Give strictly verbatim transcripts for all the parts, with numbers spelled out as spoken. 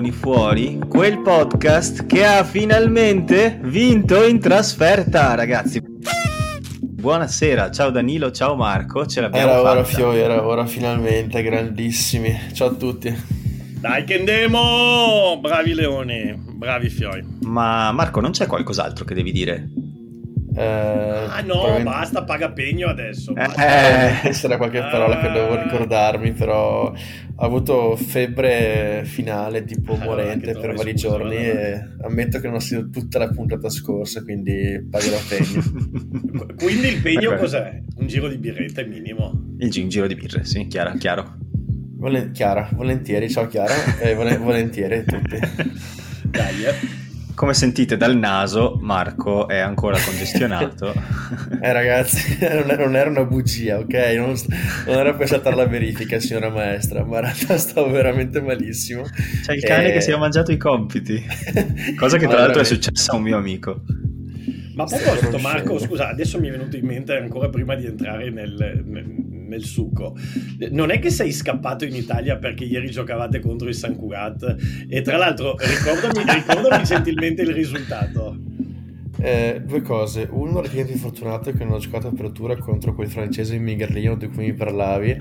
Palloni Fuori, quel podcast che ha finalmente vinto in trasferta, ragazzi. Buonasera, ciao Danilo, ciao Marco, ce l'abbiamo era fatta. Ora Fioi, era ora finalmente, grandissimi. Ciao a tutti. Dai che andiamo! Bravi leoni, bravi Fioi. Ma Marco, non c'è qualcos'altro che devi dire? Eh, ah no, probabilmente... basta, paga pegno adesso. Eh, sarà qualche parola che devo ricordarmi, però ho avuto febbre finale tipo allora, morente per vari scusa, giorni e ammetto che non ho sentito tutta la puntata scorsa, quindi pagherò pegno. Quindi il pegno ecco. Cos'è? Un giro di birrette minimo? Il gi- un giro di birre, sì, chiaro, chiaro. Volen- Chiara, volentieri, ciao Chiara, e vol- volentieri tutti. Dai, eh. Come sentite dal naso, Marco è ancora congestionato. Eh ragazzi, non era, non era una bugia, ok? Non, non era per saltare la verifica, signora maestra, ma in realtà stavo veramente malissimo. C'è il cane e... che si è mangiato i compiti, cosa che tra l'altro è successa a un mio amico. Ma a proposito, Marco, scusa, adesso mi è venuto in mente ancora prima di entrare nel, nel, nel succo. Non è che sei scappato in Italia perché ieri giocavate contro il San Cugat? E tra l'altro, ricordami, ricordami gentilmente il risultato. Eh, due cose. Uno, il cliente fortunato che non ho giocato apertura contro quel francese in Migerlino di cui mi parlavi.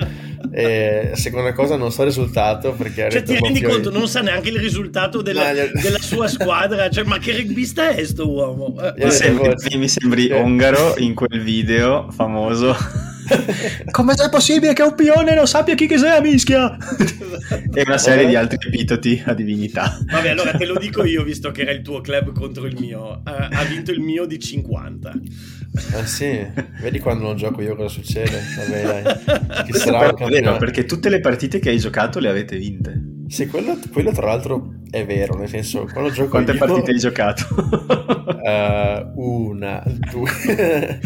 E seconda cosa, non so il risultato perché cioè ti rendi conto, non sa neanche il risultato della, no, della sua squadra, cioè, ma che rugbista è sto uomo? Mi sembri, mi sembri ungaro in quel video famoso. Come è possibile che un pione non sappia chi che sei, mischia? E una serie di altri epiteti a divinità. Vabbè, allora te lo dico io, visto che era il tuo club contro il mio. Uh, ha vinto il mio di cinquanta. Ah sì? Vedi quando non gioco io cosa succede? Vabbè, dai. Chi sarà è vero, perché tutte le partite che hai giocato le avete vinte. Sì, quello, quello tra l'altro è vero, nel senso, quando gioco Quante io... partite hai giocato? uh, una, due...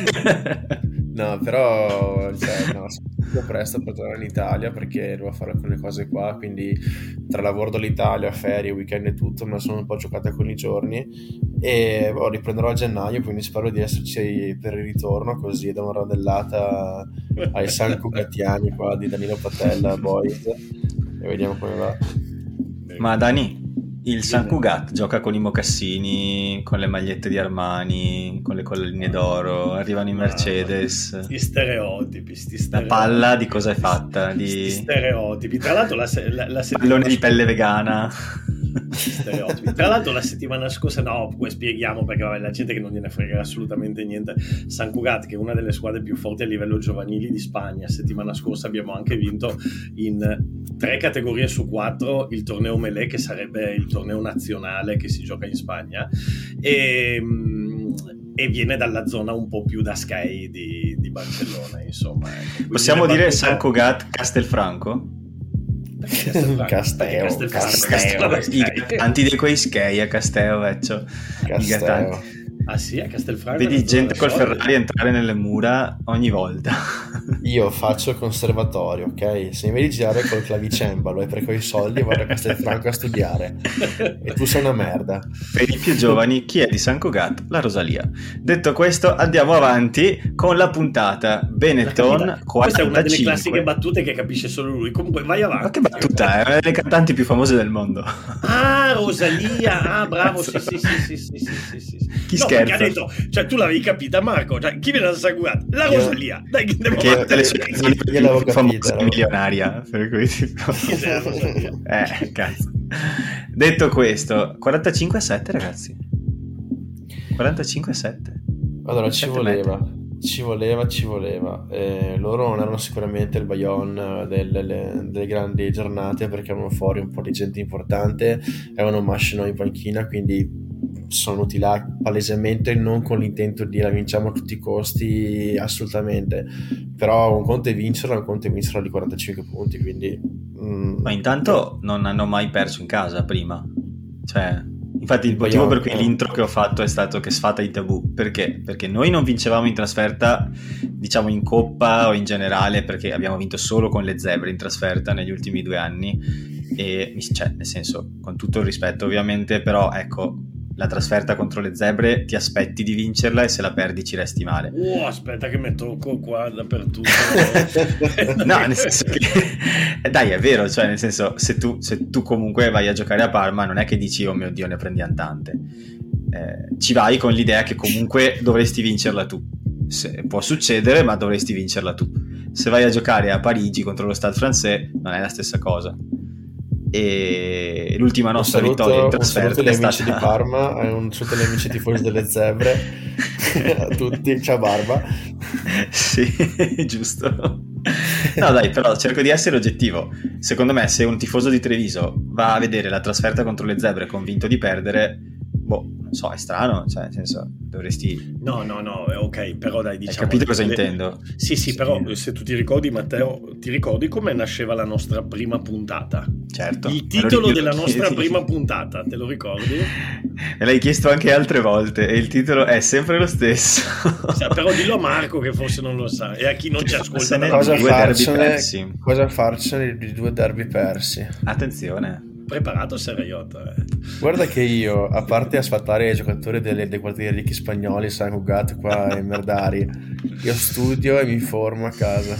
No, però cioè, no, sono presto per tornare in Italia perché devo fare alcune cose qua, quindi tra lavoro dall'Italia, ferie, weekend e tutto me la sono un po' giocata con i giorni e oh, riprenderò a gennaio, quindi spero di esserci per il ritorno, così do una rondellata ai San Cugatiani qua di Danilo Patella Boys e vediamo come va. Ma Dani, il San Cugat gioca con i mocassini, con le magliette di Armani, con le colline d'oro, arrivano i Mercedes. Sti stereotipi, sti stereotipi. La palla di cosa è fatta? Di sti stereotipi. Tra l'altro la, la, la pallone di pelle vegana. Stereotipi. Tra l'altro la settimana scorsa, no, poi spieghiamo perché vabbè, la gente che non gliene frega assolutamente niente. San Cugat, che è una delle squadre più forti a livello giovanili di Spagna, settimana scorsa abbiamo anche vinto in tre categorie su quattro il torneo Melé, che sarebbe il torneo nazionale che si gioca in Spagna, e, e viene dalla zona un po' più da Sky di, di Barcellona, insomma. Ecco. Possiamo dire battute... San Cugat Castelfranco? Castello, Castello, Castello, i cantanti di quei Sky a Castello, vecchio. Castello. Ah sì, a Castelfranco. Vedi gente col Ferrari entrare nelle mura ogni volta. Io faccio il conservatorio, ok? Se mi vedi girare col clavicembalo e perché ho i soldi vado a Castelfranco a studiare e tu sei una merda. Per i più giovani, chi è di San Cugat? La Rosalia. Detto questo, andiamo avanti con la puntata. Benetton quarantacinque. Questa è una delle classiche battute che capisce solo lui. Comunque vai avanti. Ma che battuta, è una delle cantanti più famose del mondo. Ah, Rosalia, ah bravo, sì sì sì sì sì sì sì. Chi no, scherza? Perché ha detto, cioè tu l'avevi capita Marco, cioè chi viene da San Cugat? La Rosalia. Dai che andiamo perché avanti. Delle sue canzoni più famose, milionaria, per cui tipo... eh, cazzo. Detto questo, quarantacinque a sette ragazzi. quarantacinque a sette. Allora ci voleva, metri. ci voleva, ci voleva. Eh, loro non erano sicuramente il Bayonne delle, delle, delle grandi giornate perché avevano fuori un po' di gente importante, avevano Mascino in panchina, quindi sono venuti là palesemente non con l'intento di la vinciamo a tutti i costi, assolutamente, però un conto è vincerla, un conto è vincerla di quarantacinque punti, quindi mm, ma intanto non hanno mai perso in casa prima, cioè infatti il motivo per cui eh. l'intro che ho fatto è stato che sfata i tabù, perché? Perché noi non vincevamo in trasferta, diciamo in coppa o in generale, perché abbiamo vinto solo con le Zebre in trasferta negli ultimi due anni e cioè nel senso, con tutto il rispetto ovviamente, però ecco, la trasferta contro le Zebre ti aspetti di vincerla e se la perdi ci resti male. Oh, aspetta che metto qua dappertutto. No, nel senso che Eh, dai, è vero, cioè nel senso, se tu, se tu comunque vai a giocare a Parma non è che dici oh mio Dio ne prendiamo tante, eh, ci vai con l'idea che comunque dovresti vincerla tu. Se, può succedere, ma dovresti vincerla tu. Se vai a giocare a Parigi contro lo Stade Français non è la stessa cosa. E l'ultima nostra un saluto, vittoria in trasferta un saluto agli amici stata... di Parma e un saluto agli amici tifosi delle Zebre a tutti, ciao Barba. Sì, giusto. No dai, però cerco di essere oggettivo. Secondo me se un tifoso di Treviso va a vedere la trasferta contro le Zebre convinto di perdere, boh, non so, è strano, cioè nel senso dovresti... No, no, no, ok, però dai, diciamo... Hai capito cosa le... intendo? Sì, sì, però se tu ti ricordi, Matteo, ti ricordi come nasceva la nostra prima puntata? Certo. Il titolo della lo... nostra prima puntata, te lo ricordi? Me l'hai chiesto anche altre volte e il titolo è sempre lo stesso. Cioè, però dillo a Marco che forse non lo sa e a chi non ci ascolta. Cosa due farcene, persi. cosa farcene di due derby persi? Attenzione. Preparato Serraiota, eh. Guarda che io, a parte asfaltare i giocatori delle, dei quartieri ricchi spagnoli, San Cugat qua in Merdari, io studio e mi informo a casa.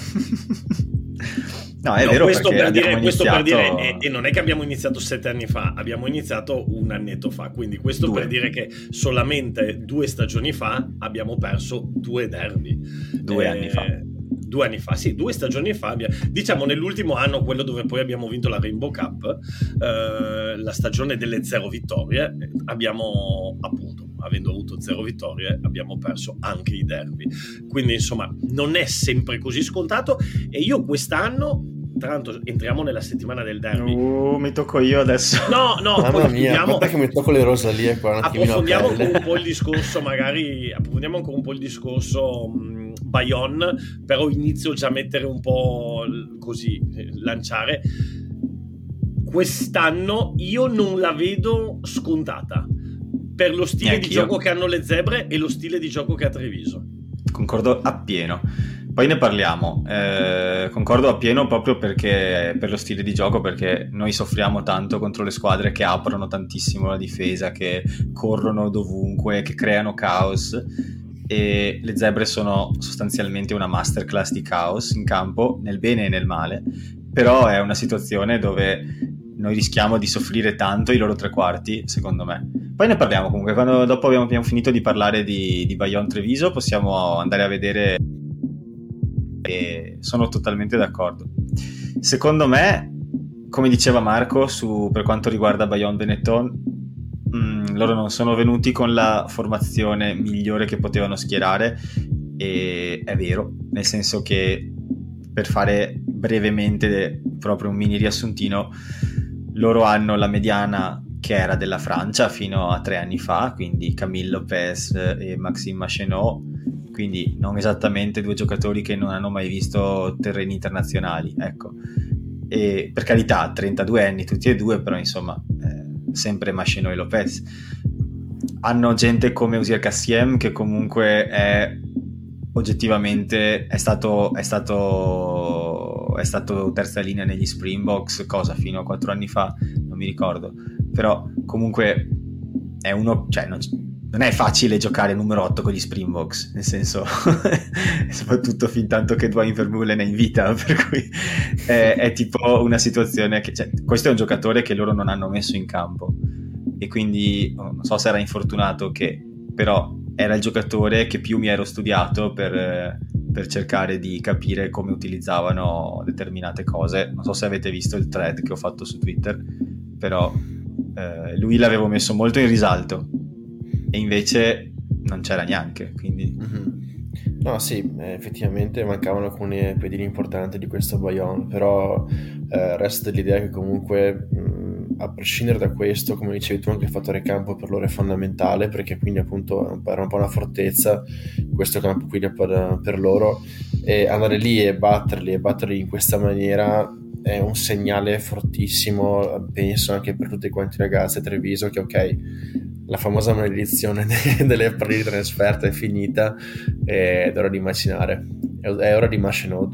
No, è no, vero, questo per dire, questo iniziato... per dire e, e non è che abbiamo iniziato sette anni fa, abbiamo iniziato un annetto fa, quindi questo due. Per dire che solamente due stagioni fa abbiamo perso due derby. Due eh, anni fa. Due anni fa, sì, due stagioni fa, abbiamo, diciamo nell'ultimo anno, quello dove poi abbiamo vinto la Rainbow Cup, eh, la stagione delle zero vittorie, abbiamo appunto, avendo avuto zero vittorie, abbiamo perso anche i derby. Quindi insomma non è sempre così scontato e io quest'anno, tra l'altro entriamo nella settimana del derby. Uh, mi tocco io adesso. No, no, mamma poi mia, andiamo, guarda che mi tocco le rosalie qua un approfondiamo ancora un po' il discorso, magari approfondiamo ancora un po' il discorso mh, Bayonne, però inizio già a mettere un po' così, lanciare. Quest'anno io non la vedo scontata per lo stile Neanch'io. Di gioco che hanno le Zebre e lo stile di gioco che ha Treviso. Concordo appieno. Poi ne parliamo. Eh, concordo appieno proprio perché per lo stile di gioco, perché noi soffriamo tanto contro le squadre che aprono tantissimo la difesa, che corrono dovunque, che creano caos, e le Zebre sono sostanzialmente una masterclass di caos in campo, nel bene e nel male, però è una situazione dove noi rischiamo di soffrire tanto i loro tre quarti, secondo me. Poi ne parliamo comunque, quando dopo abbiamo, abbiamo finito di parlare di, di Bayonne Treviso possiamo andare a vedere, e sono totalmente d'accordo. Secondo me, come diceva Marco, su, per quanto riguarda Bayonne Benetton, mh, loro non sono venuti con la formazione migliore che potevano schierare, e è vero, nel senso che, per fare brevemente proprio un mini riassuntino, loro hanno la mediana che era della Francia fino a tre anni fa, quindi Camille Lopez e Maxime Machenot, quindi non esattamente due giocatori che non hanno mai visto terreni internazionali, ecco. E per carità, trentadue anni tutti e due, però insomma eh, sempre Machenot e Lopez. Hanno gente come Uzier Kassiem, che comunque è oggettivamente è stato, è stato è stato terza linea negli Springboks, cosa fino a quattro anni fa, non mi ricordo, però comunque è uno, cioè non, non è facile giocare numero otto con gli Springboks, nel senso soprattutto fin tanto che Dwayne Vermeulen è in vita, per cui è, è tipo una situazione che, cioè, questo è un giocatore che loro non hanno messo in campo, e quindi non so se era infortunato che, però era il giocatore che più mi ero studiato per, per cercare di capire come utilizzavano determinate cose. Non so se avete visto il thread che ho fatto su Twitter, però eh, lui l'avevo messo molto in risalto e invece non c'era neanche, quindi... Mm-hmm. No, sì, effettivamente mancavano alcuni pedini importanti di questo Bayonne, però eh, resta dell'idea che comunque mh, a prescindere da questo, come dicevi tu, anche il fattore campo per loro è fondamentale, perché quindi appunto era un po' una fortezza questo campo qui per, per loro, e andare lì e batterli e batterli in questa maniera è un segnale fortissimo, penso anche per tutti quanti i ragazzi a Treviso, che ok, la famosa maledizione delle partite di trasferta è finita ed è ora di macinare, è ora di Machenot,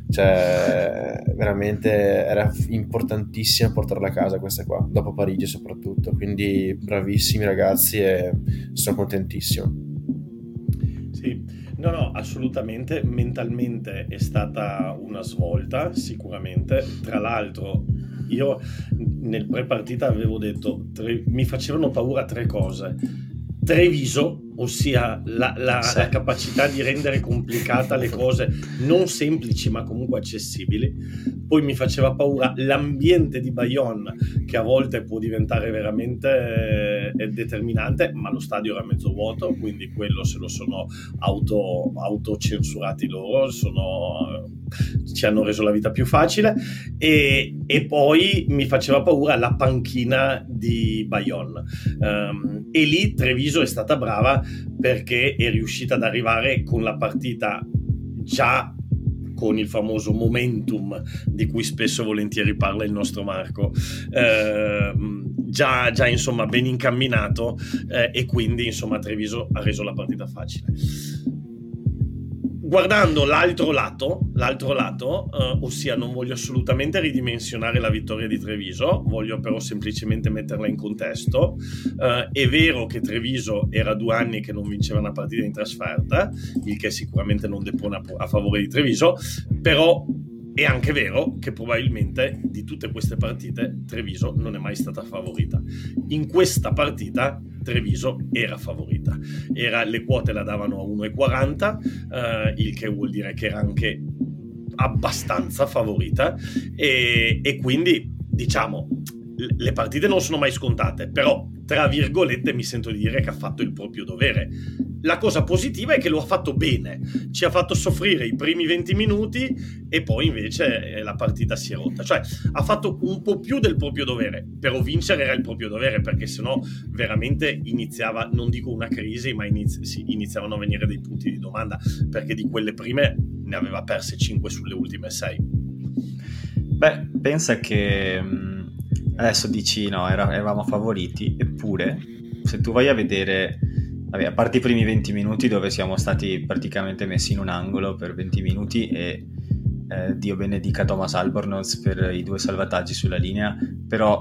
cioè veramente era importantissima portarla a casa questa qua, dopo Parigi soprattutto, quindi bravissimi ragazzi e sono contentissimo. Sì, No, no, assolutamente, mentalmente è stata una svolta, sicuramente. Tra l'altro, io nel pre-partita avevo detto, tre, mi facevano paura tre cose. Treviso, ossia la, la, sì. la capacità di rendere complicata le cose non semplici ma comunque accessibili. Poi mi faceva paura l'ambiente di Bayonne, che a volte può diventare veramente eh, determinante, ma lo stadio era mezzo vuoto, quindi quello se lo sono auto, autocensurati loro, sono, ci hanno reso la vita più facile. E, e poi mi faceva paura la panchina di Bayonne, um, e lì Treviso è stata brava perché è riuscita ad arrivare con la partita già con il famoso momentum di cui spesso e volentieri parla il nostro Marco, eh, già, già insomma ben incamminato, eh, e quindi insomma Treviso ha reso la partita facile. Guardando l'altro lato, l'altro lato, eh, ossia non voglio assolutamente ridimensionare la vittoria di Treviso, voglio però semplicemente metterla in contesto. Eh, è vero che Treviso era due anni che non vinceva una partita in trasferta, il che sicuramente non depone a, a favore di Treviso, però è anche vero che probabilmente di tutte queste partite Treviso non è mai stata favorita. In questa partita Treviso era favorita, era, le quote la davano a uno e quaranta, eh, il che vuol dire che era anche abbastanza favorita, e, e quindi diciamo le partite non sono mai scontate, però tra virgolette mi sento di dire che ha fatto il proprio dovere. La cosa positiva è che lo ha fatto bene, ci ha fatto soffrire i primi venti minuti e poi invece la partita si è rotta, cioè ha fatto un po' più del proprio dovere. Però vincere era il proprio dovere, perché sennò veramente iniziava, non dico una crisi, ma inizi- sì, iniziavano a venire dei punti di domanda, perché di quelle prime ne aveva perse cinque sulle ultime sei. Beh, pensa che adesso dici no, era, eravamo favoriti, eppure se tu vai a vedere, vabbè, a parte i primi venti minuti dove siamo stati praticamente messi in un angolo per venti minuti e eh, Dio benedica Thomas Albornoz per i due salvataggi sulla linea, però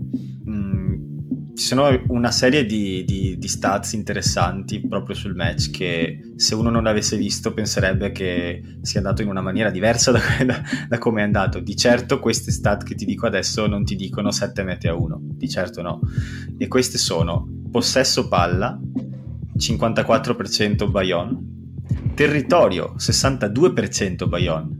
mh, ci sono una serie di, di, di stats interessanti proprio sul match che se uno non l'avesse visto penserebbe che sia andato in una maniera diversa da, da, da come è andato. Di certo queste stat che ti dico adesso non ti dicono sette mete a uno, di certo no, e queste sono possesso palla cinquantaquattro per cento Bayonne, territorio sessantadue per cento Bayonne.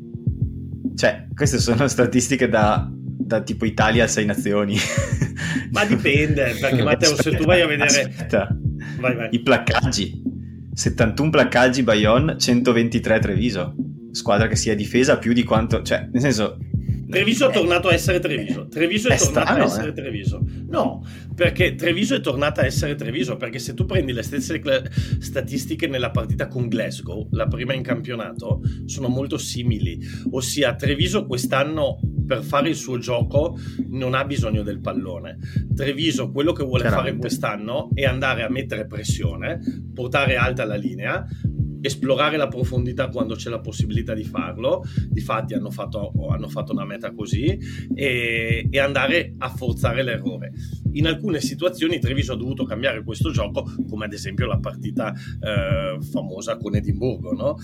Cioè, queste sono statistiche da, da tipo Italia a sei nazioni. Ma dipende, perché Matteo, aspetta, se tu vai a vedere... Aspetta. Vai, vai. I placcaggi. settantuno placcaggi Bayonne, centoventitré Treviso. Squadra che si è difesa più di quanto... Cioè, nel senso... Treviso è tornato a essere Treviso. Treviso è, è tornata strano, a essere eh? Treviso. No, perché Treviso è tornata a essere Treviso, perché se tu prendi le stesse cl- statistiche nella partita con Glasgow, la prima in campionato, sono molto simili. Ossia, Treviso quest'anno per fare il suo gioco non ha bisogno del pallone. Treviso quello che vuole fare quest'anno è andare a mettere pressione, portare alta la linea, esplorare la profondità quando c'è la possibilità di farlo. Difatti hanno fatto, hanno fatto una meta così, e, e andare a forzare l'errore. In alcune situazioni Treviso ha dovuto cambiare questo gioco, come ad esempio la partita eh, famosa con Edimburgo, no?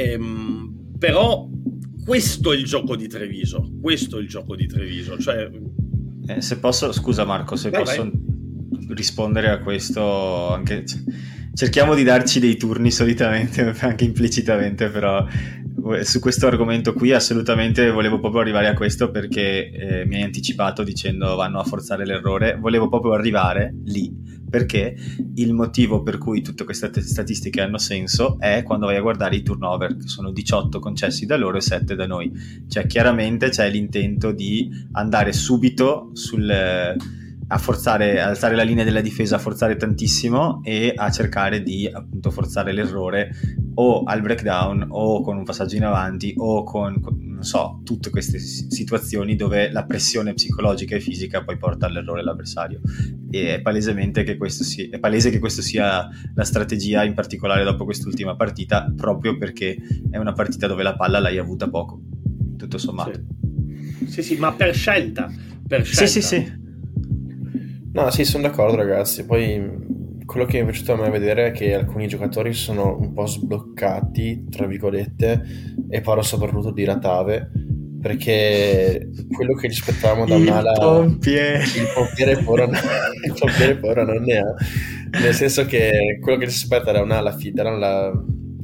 Ehm, però questo è il gioco di Treviso, questo è il gioco di Treviso, cioè... eh, se posso, scusa Marco, se vai, posso vai. rispondere a questo anche... Cerchiamo di darci dei turni solitamente, anche implicitamente, però su questo argomento qui assolutamente volevo proprio arrivare a questo, perché eh, mi hai anticipato dicendo vanno a forzare l'errore. Volevo proprio arrivare lì, perché il motivo per cui tutte queste statistiche hanno senso è quando vai a guardare i turnover, che sono diciotto concessi da loro e sette da noi. Cioè chiaramente c'è l'intento di andare subito sul... a forzare, a alzare la linea della difesa, a forzare tantissimo e a cercare di appunto forzare l'errore o al breakdown o con un passaggio in avanti o con, non so, tutte queste situazioni dove la pressione psicologica e fisica poi porta all'errore l'avversario. E è palesemente che questo sia, è palese che questo sia la strategia, in particolare dopo quest'ultima partita, proprio perché è una partita dove la palla l'hai avuta poco, tutto sommato. Sì, sì, sì, ma per scelta, per scelta. Sì, sì, sì. No, sì, sono d'accordo ragazzi, poi quello che mi è piaciuto a me vedere è che alcuni giocatori sono un po' sbloccati, tra virgolette, e parlo soprattutto di Ratave, perché quello che ci aspettavamo da un'ala... Il pompiere! Il pompiere ora non, il pompiere ora non ne ha, nel senso che quello che si aspetta da un'ala da una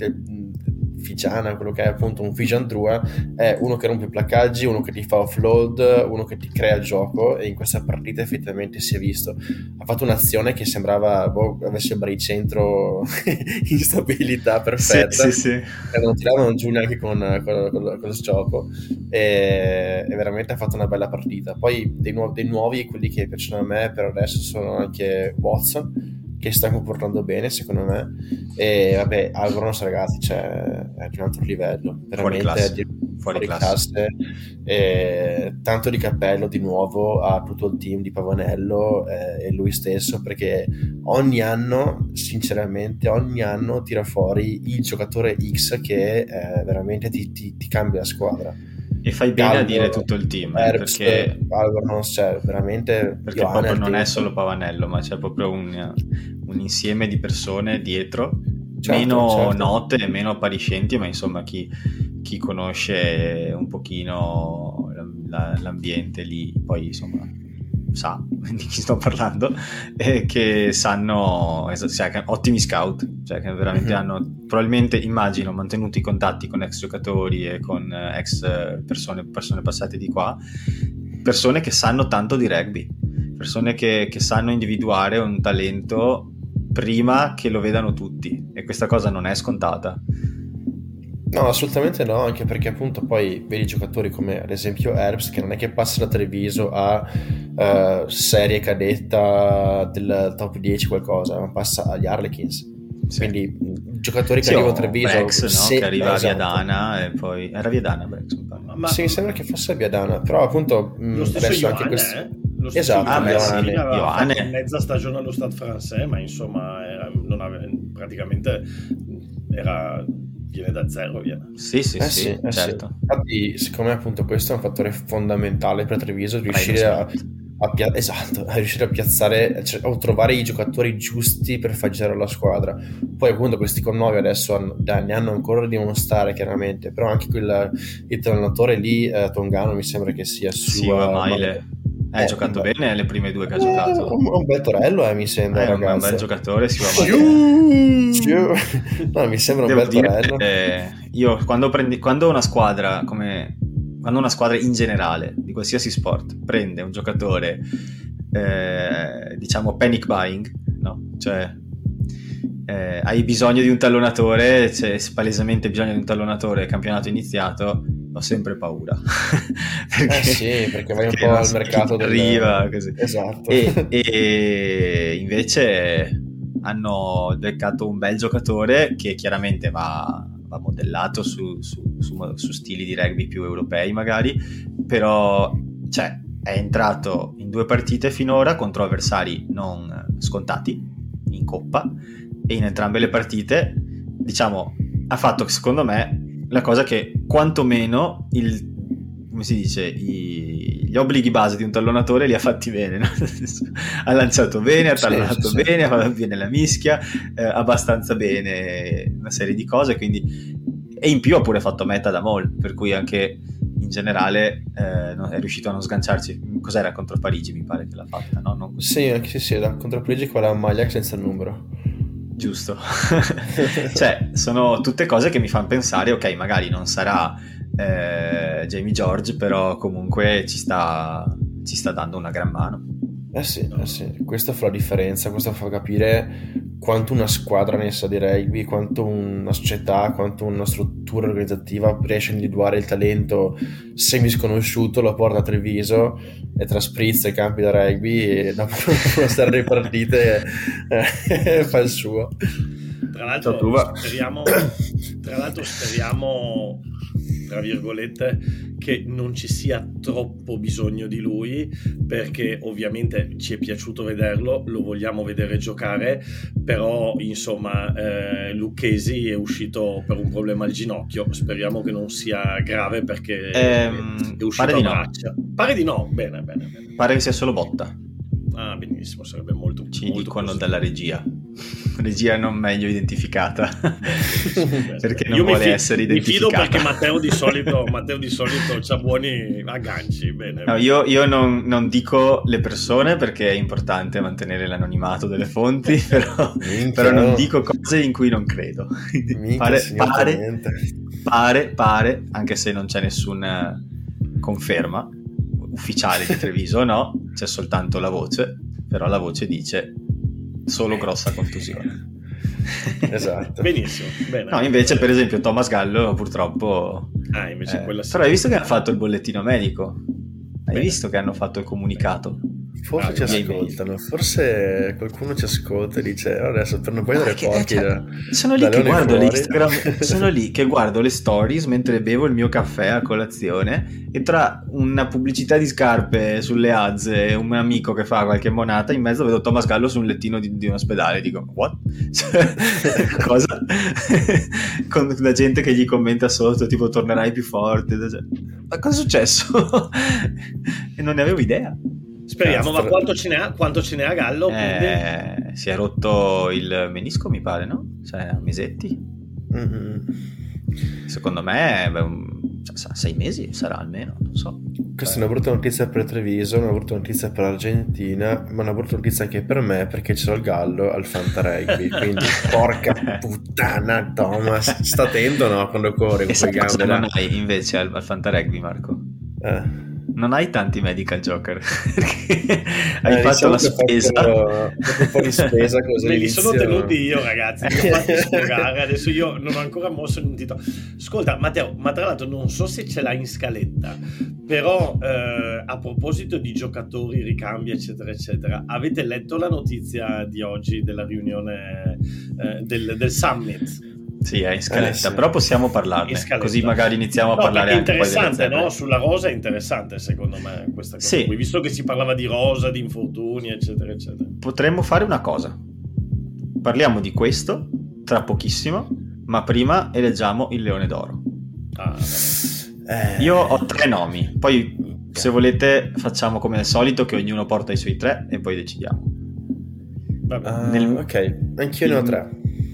Figiana, quello che è appunto un Fijan Drua, è uno che rompe i placcaggi, uno che ti fa offload, uno che ti crea il gioco, e in questa partita effettivamente si è visto. Ha fatto un'azione che sembrava boh, avesse il baricentro in stabilità perfetta, sì, sì, sì. E non tiravano giù neanche con, con, con, con lo gioco, e, e veramente ha fatto una bella partita. Poi dei, nu- dei nuovi, quelli che piacciono a me per adesso, sono anche Watson, che sta comportando bene secondo me, e vabbè Albornoz, ragazzi, cioè, è di un altro livello, veramente fuori classe, di, fuori fuori classe. classe. E tanto di cappello di nuovo a tutto il team di Pavanello eh, e lui stesso, perché ogni anno, sinceramente ogni anno tira fuori il giocatore X che eh, veramente ti, ti, ti cambia la squadra. E fai bene Calvo, a dire tutto il team, Herbst, perché Albornoz, cioè, veramente perché proprio non è solo Pavanello, ma c'è proprio un, un insieme di persone dietro, certo, meno certo. note, meno appariscenti, ma insomma chi, chi conosce un pochino la, l'ambiente lì, poi insomma sa di chi sto parlando, e che sanno, cioè, ottimi scout, cioè che veramente mm-hmm. hanno probabilmente, immagino, mantenuto i contatti con ex giocatori e con ex persone, persone passate di qua, persone che sanno tanto di rugby, persone che, che sanno individuare un talento prima che lo vedano tutti, e questa cosa non è scontata. No, assolutamente no, anche perché appunto poi vedi giocatori come ad esempio Herbst, che non è che passa da Treviso a uh, serie cadetta del top dieci qualcosa, ma passa agli Harlequins. Sì. Quindi giocatori che sì, arrivano a Treviso, Brex, no? se... che arriva esatto. a Viadana, e poi era Viadana Brex, ma... sì, mi sembra che fosse a Viadana, però appunto lo stesso adesso Ioane, anche questo... eh? Lo stesso esatto, ah, beh, sì, aveva Ioane. fatto mezza stagione allo Stade Français, ma insomma era, non aveva, praticamente era viene da zero, viene. Sì, sì, eh sì, sì eh certo. Sì. Infatti, secondo me appunto questo è un fattore fondamentale per Treviso, riuscire a, a, pia- esatto, a riuscire a piazzare, cioè, a trovare i giocatori giusti per far girare la squadra. Poi appunto questi connovi adesso hanno, dai, ne hanno ancora da dimostrare chiaramente, però anche quel, il allenatore lì, eh, Tongano, mi sembra che sia su sì, Maile. Hai eh, giocato beh. bene le prime due che ha eh, giocato. Un, un bel torello, eh, mi sembra, eh, ragazzi. Un bel giocatore, si va No, mi sembra un Devo bel dire, torello. Eh, io quando prendi quando una squadra come quando una squadra in generale di qualsiasi sport prende un giocatore eh, diciamo panic buying, no? Cioè eh, hai bisogno di un tallonatore, c'è palesemente bisogno di un tallonatore, campionato iniziato, ho sempre paura. perché, eh sì, perché vai un po' al mercato del... arriva così. Esatto. E, e invece hanno beccato un bel giocatore che chiaramente va, va modellato su, su, su, su stili di rugby più europei magari, però cioè, è entrato in due partite finora contro avversari non scontati in coppa, e in entrambe le partite diciamo ha fatto, secondo me, la cosa che quantomeno il, come si dice, i, gli obblighi base di un tallonatore li ha fatti bene, no? Ha lanciato bene, ha tallonato sì, sì, bene, sì. Ha fatto bene la mischia, eh, abbastanza bene una serie di cose, quindi, e in più ha pure fatto meta da mall, per cui anche in generale eh, no, è riuscito a non sganciarsi. Cos'era contro Parigi, mi pare che l'ha fatta, no? Non così. Sì, anche sì, sì, contro Parigi quella maglia senza il numero. Giusto. Cioè, sono tutte cose che mi fanno pensare, ok, magari non sarà eh, Jamie George, però comunque ci sta, ci sta dando una gran mano. Eh sì, eh sì, questo fa la differenza, questo fa capire quanto una squadra ne sa di rugby, quanto una società, quanto una struttura organizzativa riesce a individuare il talento semisconosciuto, lo porta a Treviso e trasprizza i campi da rugby e dopo una serie di partite eh, fa il suo. Tra l'altro speriamo, tra l'altro speriamo tra virgolette che non ci sia troppo bisogno di lui, perché ovviamente ci è piaciuto vederlo, lo vogliamo vedere giocare, però insomma eh, Lucchesi è uscito per un problema al ginocchio, speriamo che non sia grave, perché ehm, è uscito pare a di braccia. No. Pare di no, bene bene bene. Pare che sia solo botta. Ah, benissimo, sarebbe molto ci molto dicono positivo. dalla regia. regia non meglio identificata perché non Io vuole mi fi- essere mi fido identificata. perché Matteo di solito Matteo di solito c'ha buoni agganci. Bene, no, io, io non, non dico le persone perché è importante mantenere l'anonimato delle fonti, però, però non dico cose in cui non credo. Minchia, pare, pare, pare, pare, anche se non c'è nessuna conferma ufficiale di Treviso, no, c'è soltanto la voce, però la voce dice solo grossa contusione. Esatto. Benissimo. Bene. No, invece per esempio Thomas Gallo purtroppo ah, invece eh, quella sì. Però hai visto che hanno fatto il bollettino medico? Hai Bene. visto che hanno fatto il comunicato? Forse Bravo, ci ascoltano, forse qualcuno ci ascolta e dice oh, adesso per non prendere che, pochi cioè, da, sono lì da che guardo fuori. l'Instagram, sono lì che guardo le stories mentre bevo il mio caffè a colazione e tra una pubblicità di scarpe sulle Azze e un amico che fa qualche monata in mezzo vedo Thomas Gallo su un lettino di, di un ospedale, dico what? Cosa? Con la gente che gli commenta sotto tipo tornerai più forte, ma cosa è successo? E non ne avevo idea. Speriamo, Cazzo. ma quanto ce ne ha? Quanto ce ne ha Gallo? Eh, si è rotto il menisco, mi pare, no? Cioè, a mesetti. Mm-hmm. Secondo me, beh, un, cioè, sei mesi sarà almeno, non so. Questa è una brutta notizia per Treviso, una brutta notizia per l'Argentina, ma una brutta notizia anche per me perché c'ho il Gallo al Fanta Rugby, quindi porca puttana Thomas, sta attento no quando corre con quelle gambe là. Non hai invece al, al Fanta Rugby, Marco? Eh. Non hai tanti medical joker perché hai eh, fatto diciamo la spesa, fatto un po' di spesa così. Me li sono tenuti io, ragazzi, mi ho fatto sfogare. Adesso io non ho ancora mosso un dito. Ascolta, Matteo, ma tra l'altro non so se ce l'hai in scaletta, però eh, a proposito di giocatori, ricambi, eccetera, eccetera, avete letto la notizia di oggi della riunione eh, del, del summit? Sì, è in scaletta, eh, sì. però possiamo parlarne, così magari iniziamo a no, parlare anche poi delle interessante, zebre. no? Sulla rosa è interessante secondo me questa cosa sì. qui, visto che si parlava di rosa, di infortuni, eccetera, eccetera. Potremmo fare una cosa, parliamo di questo tra pochissimo, ma prima eleggiamo il Leone d'Oro. Ah, eh. Io ho tre nomi, poi se volete facciamo come al solito che ognuno porta i suoi tre e poi decidiamo. Uh, Nel... ok, anch'io ne ho tre.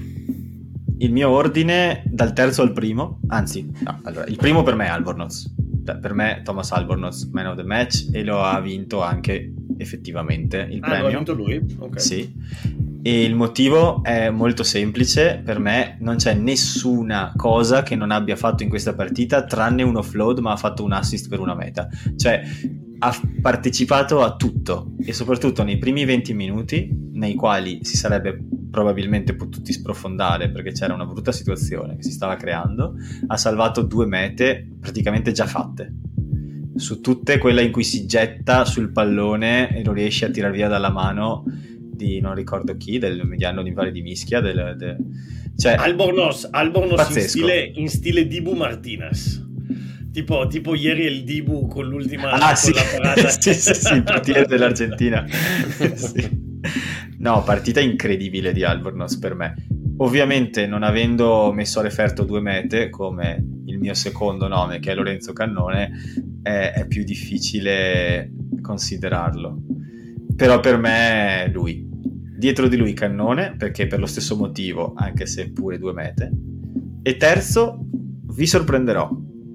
Il mio ordine dal terzo al primo, anzi, no, allora, il primo per me è Albornoz. Per me Thomas Albornoz, man of the match, e lo ha vinto anche effettivamente il ah, premio. Lo ha vinto lui? Ok. Sì. E il motivo è molto semplice, per me non c'è nessuna cosa che non abbia fatto in questa partita tranne un offload, ma ha fatto un assist per una meta. Cioè ha partecipato a tutto e soprattutto nei primi venti minuti nei quali si sarebbe probabilmente potuti sprofondare perché c'era una brutta situazione che si stava creando, ha salvato due mete praticamente già fatte. Su tutte, quella in cui si getta sul pallone e lo riesce a tirar via dalla mano di non ricordo chi, del mediano di Valle di Mischia, del, del... Cioè, Albornoz, Albornoz in pazzesco. stile, in stile Dibu Martinez. Tipo, tipo ieri il Dibu con l'ultima ah, con sì. la parata. sì, sì, sì, il portiere dell'Argentina. Sì. No, partita incredibile di Albornoz per me. Ovviamente non avendo messo a referto due mete come il mio secondo nome che è Lorenzo Cannone è, è più difficile considerarlo, però per me è lui. Dietro di lui Cannone perché per lo stesso motivo, anche se pure due mete. E terzo, vi sorprenderò,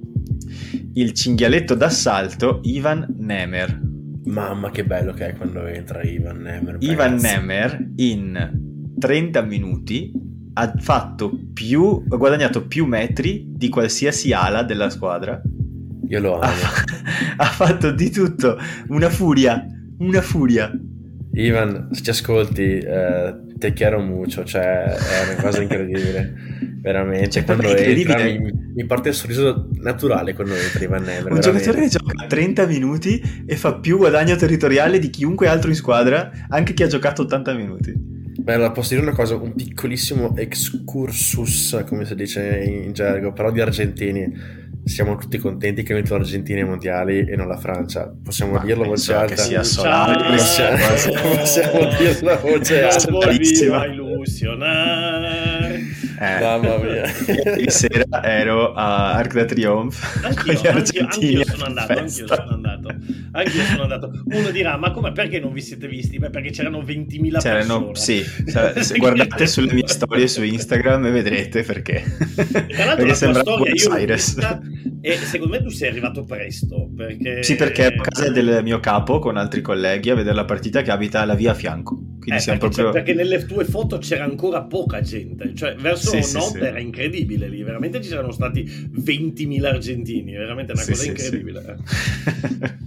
il cinghialetto d'assalto Ivan Nemer. Mamma che bello che è quando entra Ivan Nemer. Ivan ragazzi. Nemer in trenta minuti ha fatto più, ha guadagnato più metri di qualsiasi ala della squadra. Io lo amo. Ha, ha fatto di tutto, una furia, una furia. Ivan, se ci ascolti, eh, te chiaro mucho, cioè è una cosa incredibile, veramente. Cioè, quando incredibile. entra mi, mi parte il sorriso naturale quando entra Ivan Nemer. Un veramente. giocatore che gioca trenta minuti e fa più guadagno territoriale di chiunque altro in squadra, anche chi ha giocato ottanta minuti. Beh, allora, posso dire una cosa, un piccolissimo excursus, come si dice in gergo, però di argentini. Siamo tutti contenti che ha vinto l'Argentina ai mondiali e non la Francia. Possiamo Ma dirlo a voce alta? che sia Solari. Possiamo, possiamo dirlo a voce alta. Volviva illusionare. Eh, Mamma mia. Ieri sera ero a Arc de Triomphe Anch'io, con gli anch'io, argentini anch'io sono a andato, festa. anch'io sono andato. Anch'io sono andato. Uno dirà, ma come, perché non vi siete visti? Beh, perché c'erano ventimila c'erano, persone. Sì, cioè, se guardate sulle mie storie su Instagram e vedrete perché. E tra l'altro perché la tua storia io l'ho Aires. vista, e secondo me tu sei arrivato presto. Perché... Sì, perché ero a casa del mio capo con altri colleghi a vedere la partita, che abita alla via a fianco. Quindi eh, siamo perché, proprio... perché nelle tue foto c'era ancora poca gente, cioè verso Sì, sì, nord sì. era incredibile lì, veramente ci saranno stati ventimila argentini, veramente una Sì, cosa sì, incredibile. sì.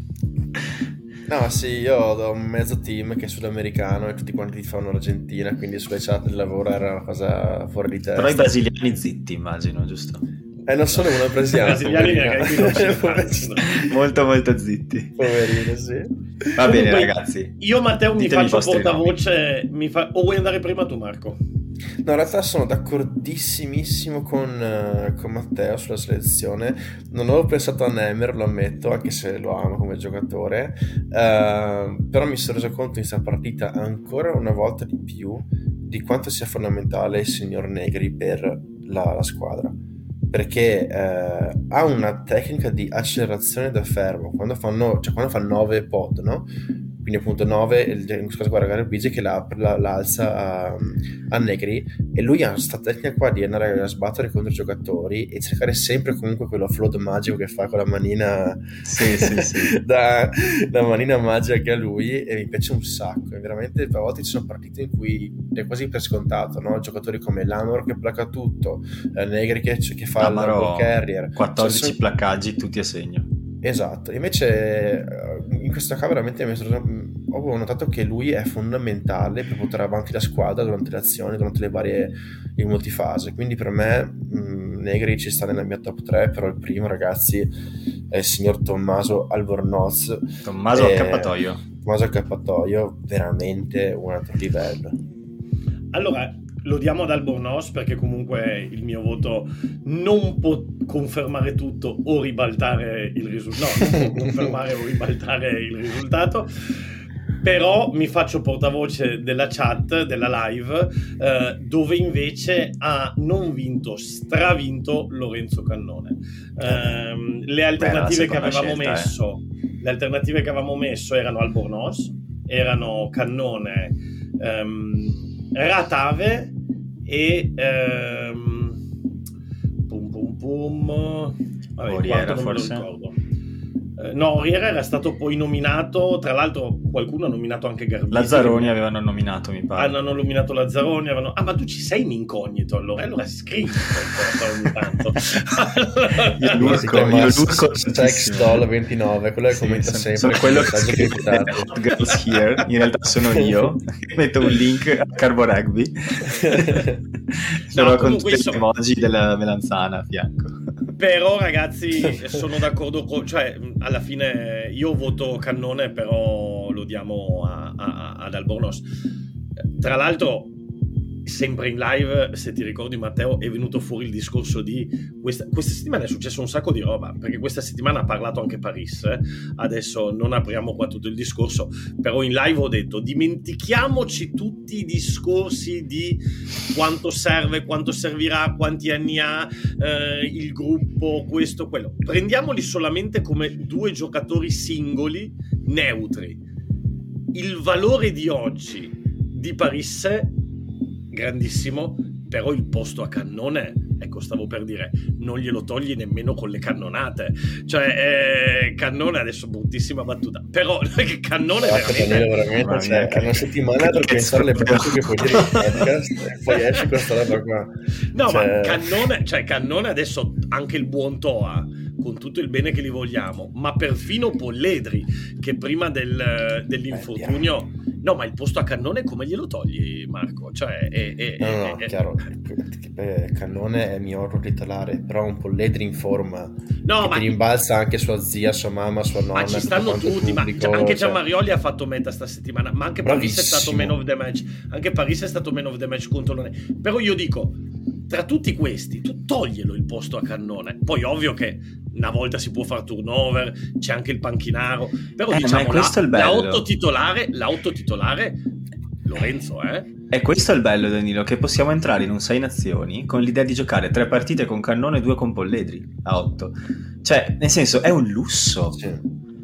No, sì, io ho un mezzo team che è sudamericano e tutti quanti fanno l'Argentina, quindi sulle chat del lavoro era una cosa fuori di testa. Però i brasiliani zitti, immagino, giusto? Eh, non sono uno brasiliano, brasiliani ragazzi, non ce ne fanno. Molto molto zitti. Poverino, sì. Va bene, Comunque, ragazzi. Io Matteo mi Ditemi i faccio vostri portavoce, mi fa... o vuoi andare prima tu Marco? No, in realtà sono d'accordissimissimo con, uh, con Matteo sulla selezione. Non avevo pensato a Neymar, lo ammetto, anche se lo amo come giocatore, uh, però mi sono reso conto in questa partita ancora una volta di più di quanto sia fondamentale il signor Negri per la, la squadra, perché uh, ha una tecnica di accelerazione da fermo quando fanno, cioè quando fa nove pod, no? Quindi appunto nove, in questo caso guarda Garbisi che la, la, la alza a, a Negri, e lui ha questa tecnica qua di andare a sbattere contro i giocatori e cercare sempre comunque quello float magico che fa con la manina, sì, sì, sì. da, da manina magica che ha lui, e mi piace un sacco. E veramente a volte ci sono partite in cui è quasi per scontato, no? Giocatori come Lamor che placa tutto, eh, Negri che, che fa il ball carrier, quattordici cioè, sono... placcaggi tutti a segno. Esatto, invece in questa qua veramente mi sono, ho notato che lui è fondamentale per portare avanti la squadra durante le azioni, durante le varie in multifase, quindi per me mh, Negri ci sta nella mia top tre, però il primo, ragazzi, è il signor Tommaso Albornoz. Tommaso Accappatoio. Tommaso Accappatoio, veramente un altro livello. Allora, lo diamo ad Albornoz perché comunque il mio voto non può confermare tutto o ribaltare il risultato. No, non può confermare o ribaltare il risultato. Però mi faccio portavoce della chat, della live, eh, dove invece ha non vinto, stravinto Lorenzo Cannone. Eh, le alternative Beh, che avevamo scelta, messo, eh. le alternative che avevamo messo erano Albornoz, erano Cannone, ehm, Ratave e ehm, pum pum pum vabbè, Oriera, non forse? me lo ricordo. Eh, no, Oriera era stato poi nominato, tra l'altro qualcuno ha nominato anche Garbisi. Lazzaroni avevano nominato, mi pare. Hanno nominato Lazzaroni, avevano... ah ma tu ci sei in incognito allora, allora scrivi ogni tanto. Io Lurco, io Lurco Sextol ventinove, quello che sì, commenta sono, sempre sono quello che scrive scrive Hot Girls Here, in realtà sono io, metto un link a Carbo Rugby. Però no, con tutti so... gli emoji della melanzana a fianco. Però ragazzi sono d'accordo con, cioè alla fine io voto Cannone, però lo diamo a, a, ad Albornoz. Tra l'altro sempre in live, se ti ricordi Matteo, è venuto fuori il discorso di questa, questa settimana è successo un sacco di roba, perché questa settimana ha parlato anche Paris, eh? Adesso non apriamo qua tutto il discorso, però in live ho detto dimentichiamoci tutti i discorsi di quanto serve, quanto servirà, quanti anni ha eh, il gruppo, questo, quello, prendiamoli solamente come due giocatori singoli neutri. Il valore di oggi di Paris grandissimo, però il posto a Cannone, ecco, stavo per dire, non glielo togli nemmeno con le cannonate, cioè eh, Cannone, adesso bruttissima battuta, però Cannone veramente, veramente cioè, è una settimana per pensare alle battute che puoi dire in podcast e poi esci questa roba qua. No, cioè... ma Cannone, cioè Cannone adesso anche il buon Toa, con tutto il bene che li vogliamo, ma perfino Polledri, che prima del, dell'infortunio, no, ma il posto a Cannone come glielo togli, Marco? Cioè, è, è, no, no, è, chiaro, è... Cannone è il mio orlo titolare, però un Polledri in forma, no, che ma... ti rimbalza anche sua zia, sua mamma, sua nonna. Ma ci stanno tutti, pubblico, ma anche cioè... Gianmarioli ha fatto meta sta settimana, ma anche Paris è stato man of the match, anche Paris è stato man of the match contro l'One. Però io dico, tra tutti questi, tu toglielo il posto a Cannone. Poi ovvio che una volta si può fare turnover, c'è anche il panchinaro, però eh, diciamo questo la, è il bello. l'auto titolare, l'auto titolare Lorenzo, eh? E questo è il bello, Danilo, che possiamo entrare in un sei nazioni con l'idea di giocare tre partite con Cannone e due con Polledri a otto. Cioè, nel senso, è un lusso. Sì.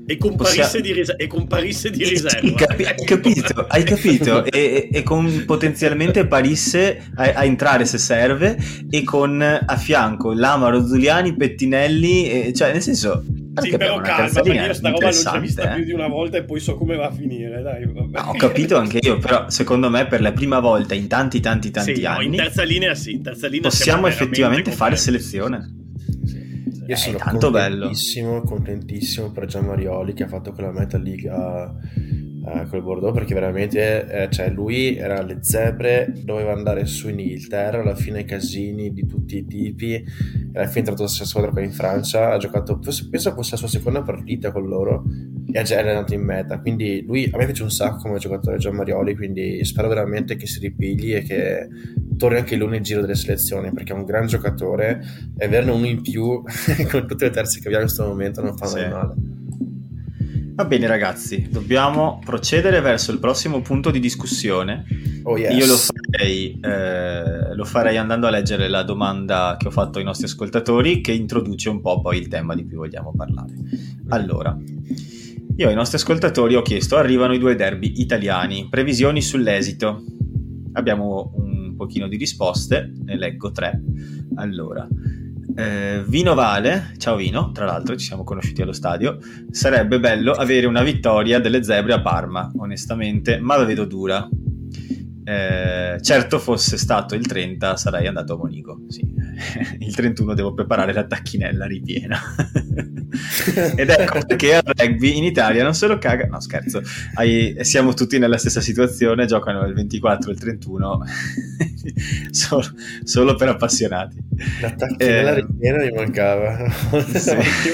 e comparisse, possiamo... di, ris- e comparisse di riserva. Sì, capi- hai capito, hai capito? e, e con potenzialmente parisse a, a entrare se serve, e con a fianco Lamaro, Zuliani, Pettinelli, e, cioè nel senso... Sì, però calma, perché io sta roba l'ho già vista eh? più di una volta e poi so come va a finire, dai. Vabbè. No, ho capito anche io, però secondo me per la prima volta in tanti tanti tanti sì, anni no, in terza linea sì, in terza linea possiamo effettivamente fare selezione. Io È sono tanto contentissimo, bello. contentissimo per Gianmarioli che ha fatto quella meta lì a, a col Bordeaux, perché veramente eh, cioè lui era alle zebre, doveva andare su in Inghilterra, alla fine casini di tutti i tipi, e alla fine è entrato nella squadra qua in Francia, ha giocato, penso fosse la sua seconda partita con loro e già è andato in meta, quindi lui a me piace un sacco come giocatore Gianmarioli, quindi spero veramente che si ripigli e che torni anche lui nel giro delle selezioni, perché è un gran giocatore e averne uno in più con tutte le terze che abbiamo in questo momento non fa sì. mai male. Va bene ragazzi, dobbiamo procedere verso il prossimo punto di discussione. Oh, yes. Io lo farei, eh, lo farei andando a leggere la domanda che ho fatto ai nostri ascoltatori, che introduce un po' poi il tema di cui vogliamo parlare. Allora, io ai nostri ascoltatori ho chiesto: arrivano i due derby italiani, previsioni sull'esito. Abbiamo un pochino di risposte, ne leggo tre. Allora, eh, Vino Vale, ciao Vino, tra l'altro ci siamo conosciuti allo stadio: sarebbe bello avere una vittoria delle zebre a Parma, onestamente, ma la vedo dura. Eh, certo fosse stato il trenta sarei andato a Monico, sì. Il trentuno devo preparare la tacchinella ripiena. Ed ecco perché al rugby in Italia non se lo caga, no scherzo, Hai, siamo tutti nella stessa situazione, giocano il ventiquattro e il trentuno solo, solo per appassionati. La tacchinella eh, ripiena mi mancava. Sì.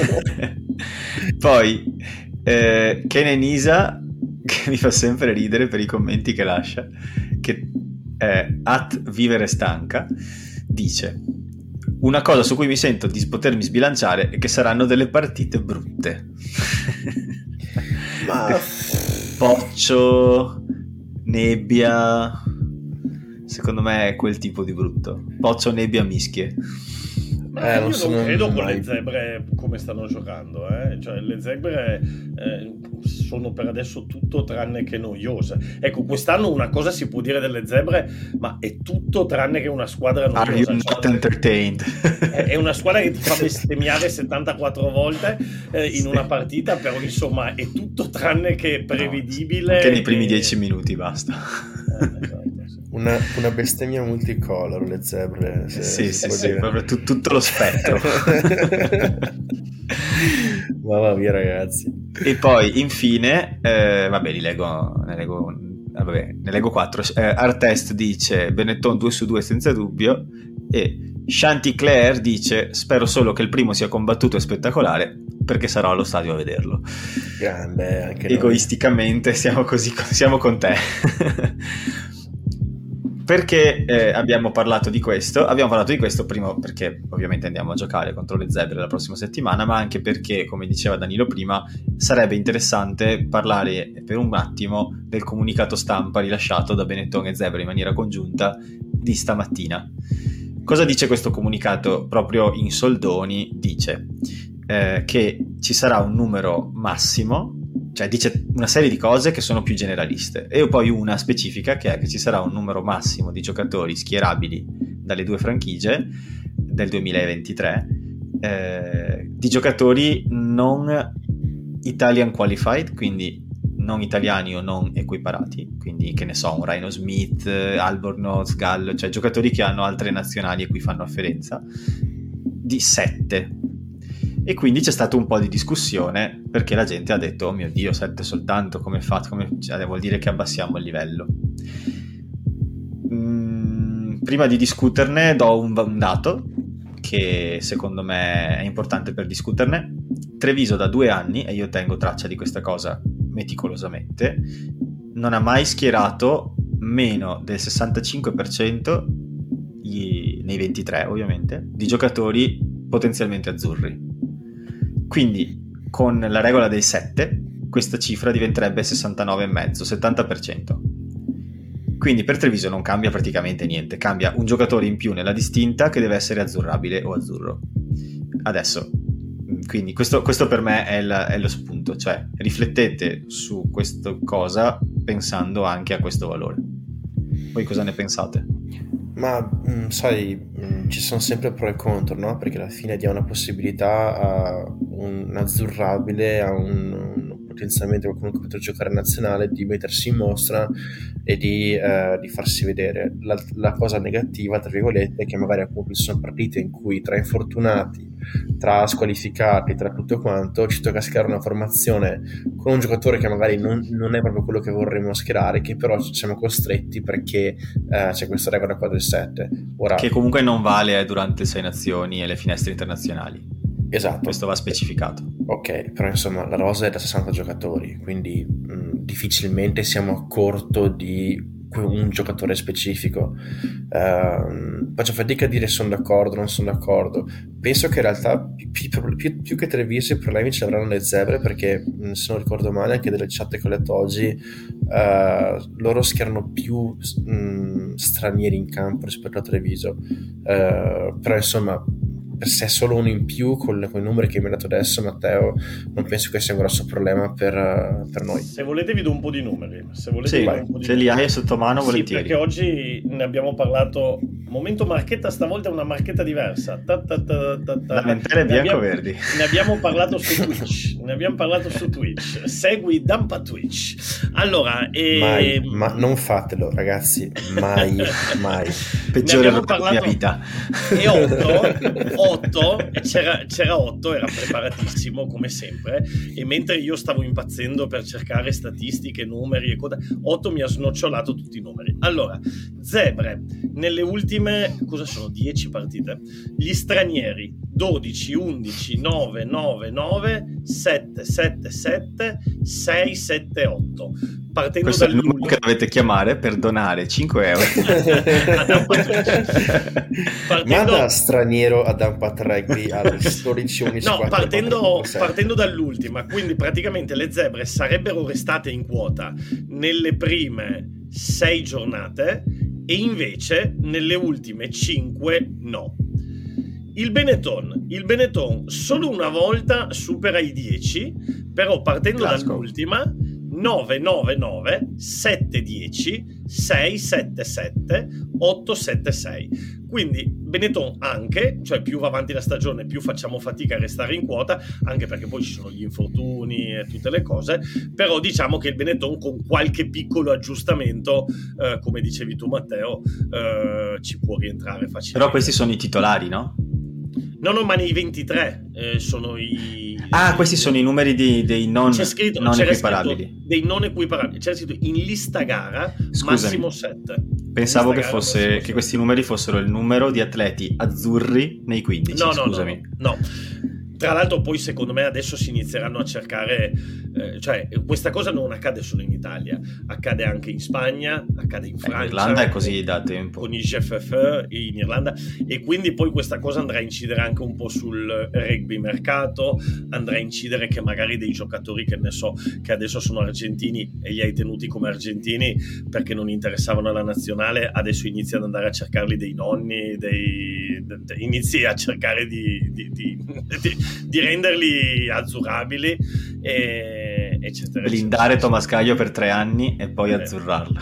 Poi eh, Kenan Isa, che mi fa sempre ridere per i commenti che lascia, che è at vivere stanca, dice: una cosa su cui mi sento di potermi sbilanciare è che saranno delle partite brutte. Ma Poccio, nebbia, secondo me è quel tipo di brutto. Poccio, nebbia, mischie. Ma eh, io non, non credo con le zebre come stanno giocando, eh? Cioè le zebre eh, sono per adesso tutto tranne che noiose. Ecco, quest'anno una cosa si può dire delle zebre, ma è tutto tranne che una squadra noiosa. Are you not cioè, entertained? È, è una squadra che ti fa bestemmiare settantaquattro volte eh, in sì. una partita, però insomma è tutto tranne che prevedibile. No, anche nei primi dieci minuti basta. Eh, esatto. Una, una bestemmia multicolor, le zebre. Se, sì, se sì, sì, proprio tu, tutto lo spettro. Mamma mia, ragazzi. E poi, infine, eh, vabbè, li leggo, ne leggo, vabbè, ne leggo quattro. Eh, Artest dice Benetton due su due senza dubbio, e Chanticleer dice: spero solo che il primo sia combattuto e spettacolare, perché sarò allo stadio a vederlo. Grande, anche egoisticamente noi. siamo così, siamo con te. Perché eh, abbiamo parlato di questo? Abbiamo parlato di questo primo perché ovviamente andiamo a giocare contro le zebre la prossima settimana, ma anche perché, come diceva Danilo prima, sarebbe interessante parlare per un attimo del comunicato stampa rilasciato da Benetton e Zebre in maniera congiunta di stamattina. Cosa dice questo comunicato proprio in soldoni? Dice eh, che ci sarà un numero massimo, cioè dice una serie di cose che sono più generaliste, e poi una specifica che è che ci sarà un numero massimo di giocatori schierabili dalle due franchigie del duemilaventitré, eh, di giocatori non Italian qualified, quindi non italiani o non equiparati, quindi che ne so, un Rhino Smith, Albornoz, Gallo, cioè giocatori che hanno altre nazionali a cui fanno afferenza, di sette. E quindi c'è stato un po' di discussione perché la gente ha detto: oh mio Dio, sette soltanto, come fate? Come... Cioè, vuol dire che abbassiamo il livello. Mm, prima di discuterne do un, un dato che secondo me è importante per discuterne. Treviso da due anni, e io tengo traccia di questa cosa meticolosamente, non ha mai schierato meno del sessantacinque per cento gli, nei ventitré ovviamente, di giocatori potenzialmente azzurri. Quindi con la regola dei sette questa cifra diventerebbe sessantanove virgola cinque, settanta per cento. Quindi per Treviso non cambia praticamente niente, cambia un giocatore in più nella distinta che deve essere azzurrabile o azzurro. Adesso quindi questo, questo per me è, il, è lo spunto, cioè riflettete su questa cosa pensando anche a questo valore. Voi cosa ne pensate? Ma mh, sai, mh, ci sono sempre pro e contro, no? Perché alla fine diamo una possibilità a un azzurrabile, a un, un potenzialmente qualcuno che potrà giocare in nazionale, di mettersi in mostra e di, eh, di farsi vedere. La, la cosa negativa, tra virgolette, è che magari appunto ci sono partite in cui tra infortunati, tra squalificati, tra tutto quanto, ci tocca schierare una formazione con un giocatore che magari non, non è proprio quello che vorremmo schierare, che però siamo costretti perché eh, c'è questa regola qua del sette. Ora, che comunque non vale eh, durante le sei nazioni e le finestre internazionali. Esatto. Questo va specificato. Ok, però insomma la rosa è da sessanta giocatori, quindi mh, difficilmente siamo a corto di un giocatore specifico. Uh, faccio fatica a dire sono d'accordo, non sono d'accordo. Penso che in realtà più, più, più che Treviso i problemi ce l'avranno le zebre, perché se non ricordo male anche delle chat che ho letto oggi, uh, loro schierano più mh, stranieri in campo rispetto a Treviso. Uh, però insomma, se è solo uno in più con, con i numeri che mi hai dato adesso, Matteo, non penso che sia un grosso problema per, per noi. Se volete vi do un po' di numeri. Se volete sì, vai, un po' di se li hai sotto mano, volentieri. Sì, perché oggi ne abbiamo parlato. Momento marchetta, stavolta è una marchetta diversa. Ta, ta, ta, ta, ta. Lamentele bianco-verdi. Ne abbiamo parlato su Twitch. Ne abbiamo parlato su Twitch. Segui Dampa Twitch. Allora, e... mai, ma non fatelo, ragazzi. Mai, mai. Peggiore errore della mia vita. E otto otto c'era, c'era otto, era preparatissimo come sempre, e mentre io stavo impazzendo per cercare statistiche, numeri e cose, otto mi ha snocciolato tutti i numeri. Allora, zebre nelle ultime, cosa sono, dieci partite, gli stranieri dodici, undici, nove, nove, nove, sette, sette, sette, sei, sette, otto. Partendo questo è il numero che dovete chiamare per donare cinque euro. Ma da straniero ad Ampat Rugby al dodici, undici, no, quattro, partendo, quattro, cinque, partendo dall'ultima, quindi praticamente le zebre sarebbero restate in quota nelle prime sei giornate e invece nelle ultime cinque no. Il Benetton, il Benetton solo una volta supera i dieci, però partendo Glasgow. dall'ultima nove nove nove, sette dieci, sei sette sette, otto sette sei. Quindi Benetton anche, cioè più va avanti la stagione più facciamo fatica a restare in quota, anche perché poi ci sono gli infortuni e tutte le cose, però diciamo che il Benetton con qualche piccolo aggiustamento, eh, come dicevi tu Matteo, eh, ci può rientrare facilmente. Però questi sono i titolari, no? No, no, ma nei ventitré eh, sono i... Ah, questi sono i numeri di, dei non, c'è scritto, non c'era equiparabili. Scritto, dei non equiparabili. C'era scritto in lista gara Scusami, massimo sette. Pensavo che, fosse, che questi numeri fossero il numero di atleti azzurri nei quindici. No, scusami. no, no. no. Tra l'altro poi secondo me adesso si inizieranno a cercare, eh, cioè questa cosa non accade solo in Italia, accade anche in Spagna, accade in Francia. In Irlanda è così da tempo. Con i G F F in Irlanda, e quindi poi questa cosa andrà a incidere anche un po' sul rugby mercato, andrà a incidere che magari dei giocatori che ne so, che adesso sono argentini e li hai tenuti come argentini perché non interessavano alla nazionale, adesso inizi ad andare a cercarli dei nonni, dei, de, de, inizi a cercare di, di, di, di di renderli azzurrabili e, eccetera, blindare eccetera. Thomas Gaio per tre anni e poi eh. azzurrarlo.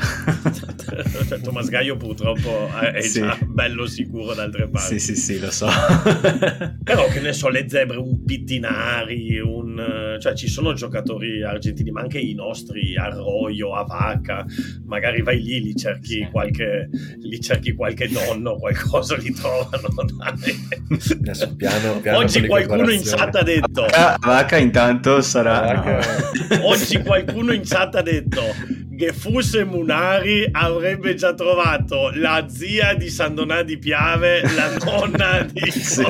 Thomas Gaio purtroppo è sì. già bello sicuro da altre parti. Sì, sì, sì, lo so. Però che ne so, le zebre, un Pittinari, un... cioè ci sono giocatori argentini, ma anche i nostri, Arroyo, Avaca, magari vai lì, li cerchi sì. qualche li cerchi qualche nonno, qualcosa li trovano. Dai. Adesso piano, piano Oggi qualcuno in chat ha detto Avaca intanto sarà no. Oggi qualcuno in chat ha detto che Fus Munari avrebbe già trovato la zia di Sandonà di Piave, la nonna di sì.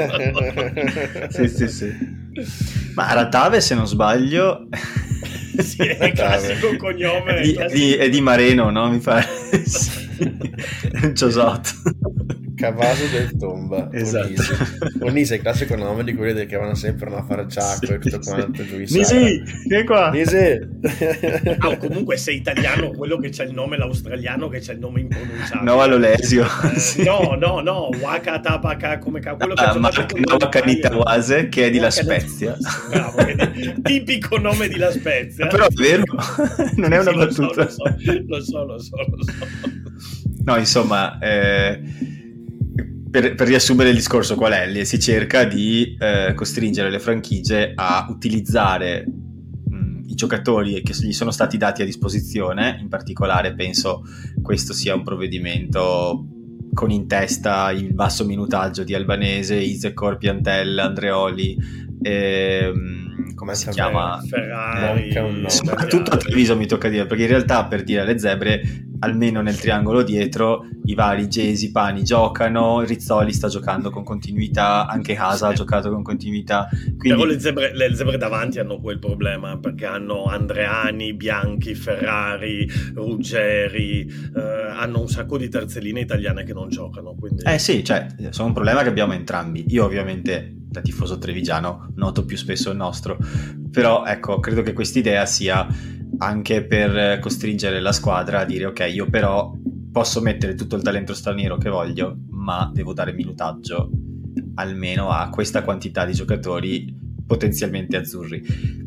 sì sì sì ma Ratave, se non sbaglio, sì, è il classico cognome è di, classico. Di, è di Mareno, no? Mi pare un Ciosotto. Cavaso del Tomba. Esatto. Onisi. Onisi è il classico nome di quelli che vanno sempre a fare giacco sì, e tutto quanto. Sì. Nisi, vieni qua. Nisi. Ah, comunque sei italiano, quello che c'è il nome, l'australiano che c'è il nome impronunciabile. No, all'Olesio. Eh, sì. No, no, no, Waka Tabaka, come quello che ah, ma Waka Nitawase, che è di La Spezia. Bravo, è tipico nome di La Spezia. Però è vero, non è una sì, battuta. Lo so, lo so, lo so, lo so. No, insomma, eh, per, per riassumere il discorso qual è? Si cerca di eh, costringere le franchigie a utilizzare mh, i giocatori che gli sono stati dati a disposizione. In particolare penso questo sia un provvedimento con in testa il basso minutaggio di Albanese, Isecor, Piantella, Andreoli, ehm, come si chiama? Ferrari, no, soprattutto a Treviso mi tocca dire, perché in realtà, per dire alle zebre, almeno nel triangolo dietro i vari Gesi, Pani giocano, Rizzoli sta giocando con continuità, anche Hasa ha giocato con continuità, quindi... Però le zebre, le zebre davanti hanno quel problema, perché hanno Andreani, Bianchi, Ferrari, Ruggeri, eh, hanno un sacco di terzelline italiane che non giocano, quindi... eh sì, cioè sono un problema che abbiamo entrambi. Io ovviamente da tifoso trevigiano noto più spesso il nostro, però ecco, credo che quest'idea sia anche per costringere la squadra a dire ok, io però posso mettere tutto il talento straniero che voglio, ma devo dare minutaggio almeno a questa quantità di giocatori potenzialmente azzurri.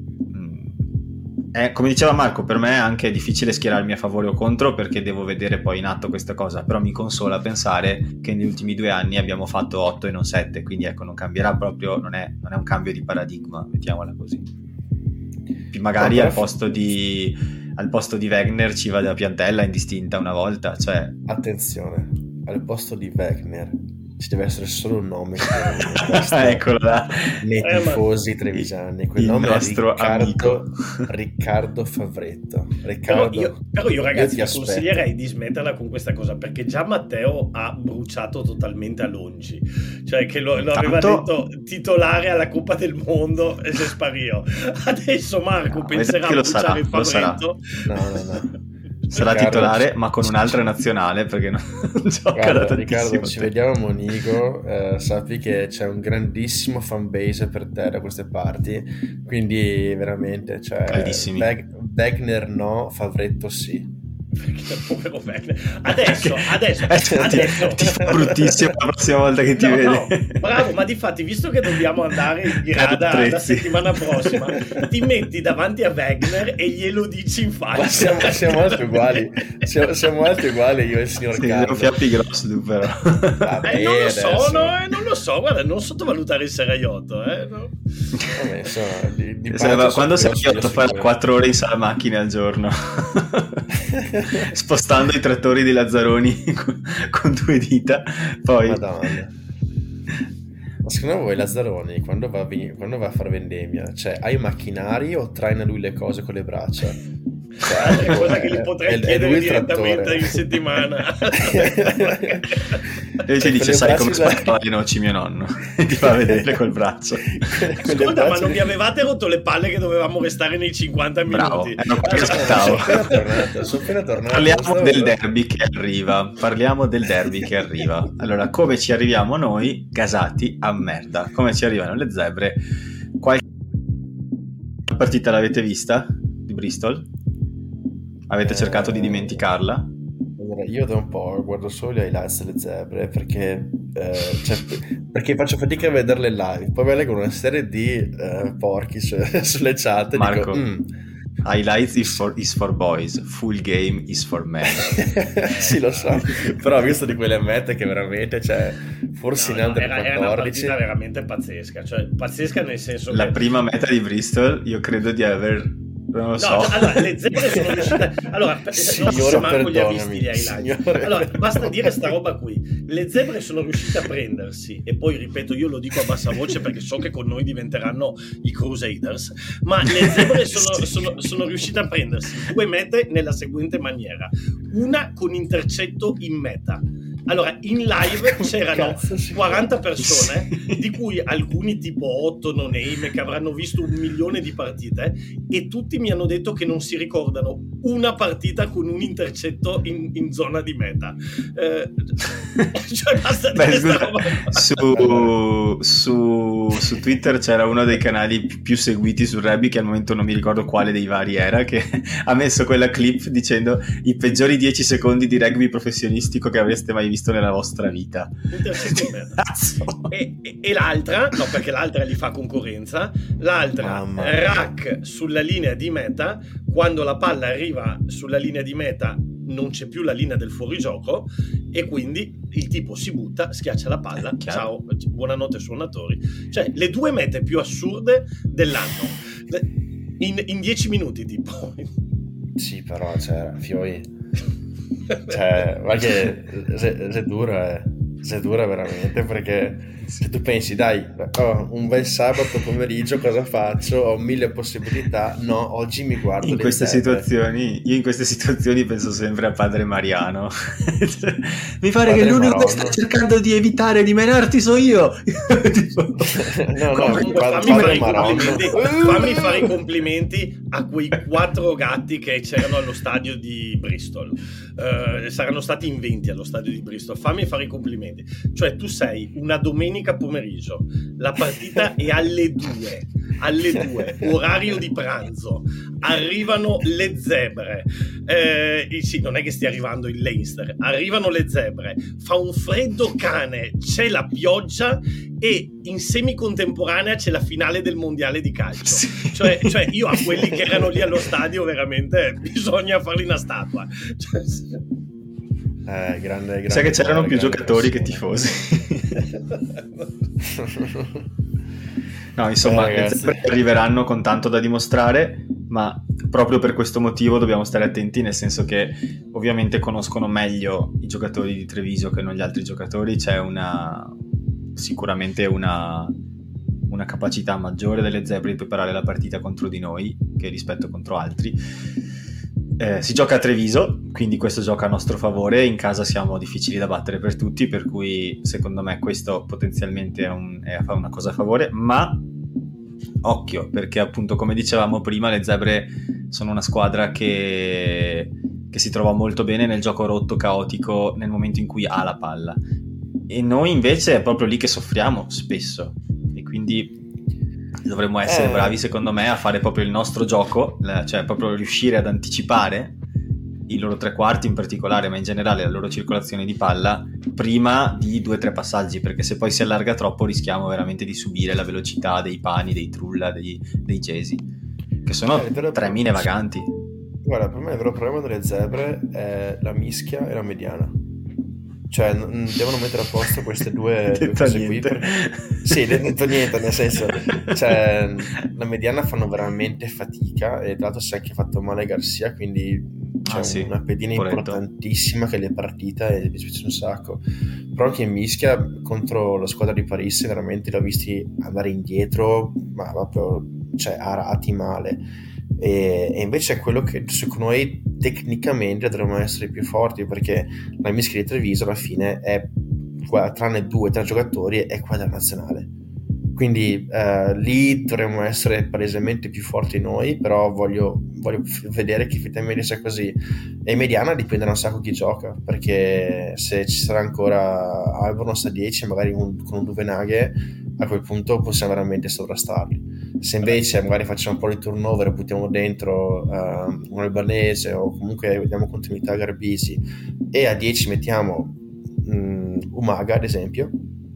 Eh, come diceva Marco, per me è anche difficile schierarmi a favore o contro, perché devo vedere poi in atto questa cosa, però mi consola pensare che negli ultimi due anni abbiamo fatto otto e non sette, quindi ecco, non cambierà proprio, non è, non è un cambio di paradigma, mettiamola così. Magari al posto di al posto di Wegner ci va da Piantella indistinta una volta, cioè attenzione, al posto di Wegner ci deve essere solo un nome eccolo là, nei tifosi eh, trevigiani, quel nome è Riccardo, Riccardo Favretto. Riccardo, però, io, però io ragazzi io consiglierei di smetterla con questa cosa, perché già Matteo ha bruciato totalmente a Longi, cioè che lo, lo aveva detto titolare alla Coppa del Mondo e se sparò. Adesso Marco no, penserà a bruciare il Favretto. No, no, no. Sarà Riccardo, titolare ma con un'altra nazionale, perché non, non gioca guarda, da tantissimo Riccardo, ci vediamo a Monico, eh, sappi che c'è un grandissimo fanbase per te da queste parti, quindi veramente cioè, Beg- Wegner no, Favretto sì. Povero Wegner. Adesso, adesso, adesso ti fa bruttissimo la prossima volta che ti no, vede. No, bravo, ma difatti, visto che dobbiamo andare in grada la settimana prossima, ti metti davanti a Wegner e glielo dici in faccia. Ma siamo, siamo altri uguali, siamo, siamo altri uguali io e il signor sì, Carlo. Sono fiappi grossi tu però. Vabbè, eh, non lo adesso. so, no, eh, non lo so, guarda, non sottovalutare il seraiotto, eh, no? Vabbè, insomma, di, di Sembra, quando seraiotto fa quattro ore in sala macchine al giorno spostando i trattori di Lazzaroni con, con due dita, poi Madonna. Ma secondo voi Lazzaroni quando va, a, quando va a fare vendemmia, cioè ha i macchinari o traina lui le cose con le braccia? Cioè, è cosa che gli potrei è, chiedere è direttamente in settimana. E ci dice sai come spaccava le noci mio nonno e ti fa vedere col braccio. Ascolta, ma non mi avevate rotto le palle che dovevamo restare nei cinquanta minuti? Bravo, eh, non aspettavo. Sono appena tornato, sono appena tornato. Parliamo del derby che arriva parliamo del derby che arriva allora, come ci arriviamo noi gasati a merda, come ci arrivano le zebre. Qualche partita l'avete vista di Bristol? Avete cercato di dimenticarla? Allora, io da un po' guardo solo i highlights delle zebre perché, eh, cioè, perché faccio fatica a vederle live. Poi me leggo una serie di eh, porchi su, sulle chat e Marco, dico mm. highlights is for, is for boys, full game is for men. Sì, lo so, però ho visto di quelle mette che veramente, cioè, forse no, in under no, era, quattordici. Era una partita veramente pazzesca, cioè pazzesca nel senso la che... prima meta di Bristol io credo di aver... non lo no, so. Allora, le zebre sono riuscite. Allora, non so se Marco li ha visti gli highlights. Allora, basta dire sta roba qui. Le zebre sono riuscite a prendersi, e poi ripeto, io lo dico a bassa voce perché so che con noi diventeranno i Crusaders. Ma le zebre sono, sì. sono, sono riuscite a prendersi due mete nella seguente maniera: una con intercetto in meta, Allora, in live c'erano quaranta persone, di cui alcuni tipo otto no name che avranno visto un milione di partite, e tutti mi hanno detto che non si ricordano una partita con un intercetto in, in zona di meta. Eh, cioè basta Beh, dire scusa, sta roba. su, su, su Twitter c'era uno dei canali più, più seguiti sul rugby, che al momento non mi ricordo quale dei vari era, che ha messo quella clip dicendo i peggiori dieci secondi di rugby professionistico che avreste mai visto nella vostra vita. e, e, e l'altra, no, perché l'altra gli fa concorrenza, l'altra rack sulla linea di meta, quando la palla arriva sulla linea di meta non c'è più la linea del fuorigioco e quindi il tipo si butta, schiaccia la palla, eh, ciao, buonanotte suonatori. Cioè le due mete più assurde dell'anno in, in dieci minuti tipo. Sì, però cioè Fioi cioè ma che se, se dura eh. se dura veramente, perché se tu pensi dai oh, un bel sabato pomeriggio cosa faccio, ho mille possibilità, no, oggi mi guardo in queste zebre. situazioni io in queste situazioni penso sempre a Padre Mariano. Mi pare Padre che l'unico Maronno. che sta cercando di evitare di menarti so io. Tipo, no no Comunque, padre, fammi, padre fare Maronno. fammi fare i complimenti a quei quattro gatti che c'erano allo stadio di Bristol. Uh, saranno stati in venti allo stadio di Bristol. Fammi fare i complimenti. Cioè tu sei una domenica pomeriggio, la partita è alle due, alle due, orario di pranzo, arrivano le zebre, eh, sì, non è che stia arrivando il Leinster, arrivano le zebre, fa un freddo cane, c'è la pioggia e in semicontemporanea c'è la finale del mondiale di calcio. sì. cioè, cioè io a quelli che erano lì allo stadio veramente bisogna fargli una statua. Cioè, Eh, grande, grande sai che c'erano più giocatori persona. che tifosi. No, insomma, eh, le zebre arriveranno con tanto da dimostrare, ma proprio per questo motivo dobbiamo stare attenti, nel senso che ovviamente conoscono meglio i giocatori di Treviso che non gli altri giocatori. C'è una sicuramente una, una capacità maggiore delle zebre di preparare la partita contro di noi che rispetto contro altri. Eh, si gioca a Treviso, quindi questo gioca a nostro favore. In casa siamo difficili da battere per tutti, per cui secondo me questo potenzialmente è, un, è una cosa a favore, ma occhio, perché appunto come dicevamo prima le zebre sono una squadra che, che si trova molto bene nel gioco rotto, caotico, nel momento in cui ha la palla, e noi invece è proprio lì che soffriamo spesso, e quindi dovremmo essere eh. bravi secondo me a fare proprio il nostro gioco, cioè proprio riuscire ad anticipare i loro tre quarti in particolare, ma in generale la loro circolazione di palla prima di due o tre passaggi, perché se poi si allarga troppo rischiamo veramente di subire la velocità dei Pani, dei Trulla, dei, dei Gesi, che sono eh, tre mine vaganti. Guarda, per me il vero problema delle zebre è la mischia e la mediana. Cioè, n- devono mettere a posto queste due, due cose qui. Per... Sì, non detto niente, nel senso, cioè, la mediana fanno veramente fatica, e tra l'altro si è anche fatto male Garcia, quindi c'è ah, sì, una pedina corretto. importantissima che le partita e mi dispiace un sacco. Però che in mischia contro la squadra di Parisse veramente l'ho visti andare indietro, ma proprio, cioè, arati male. E, e invece è quello che secondo noi tecnicamente dovremmo essere più forti, perché la mischia di Treviso alla fine è, tranne due o tre giocatori, è quella nazionale, quindi eh, lì dovremmo essere palesemente più forti noi, però voglio, voglio vedere che effettivamente sia così. E in mediana dipende un sacco chi gioca, perché se ci sarà ancora Albornoz a dieci magari un, con un Duvenaghe, a quel punto possiamo veramente sovrastarli. Se invece magari facciamo un po' di turnover e buttiamo dentro uh, un albanese, o comunque vediamo continuità a Garbisi, e a dieci mettiamo um, Umaga ad esempio,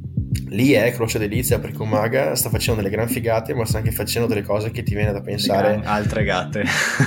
lì è croce delizia, perché Umaga sta facendo delle gran figate, ma sta anche facendo delle cose che ti viene da pensare gran, altre gatte.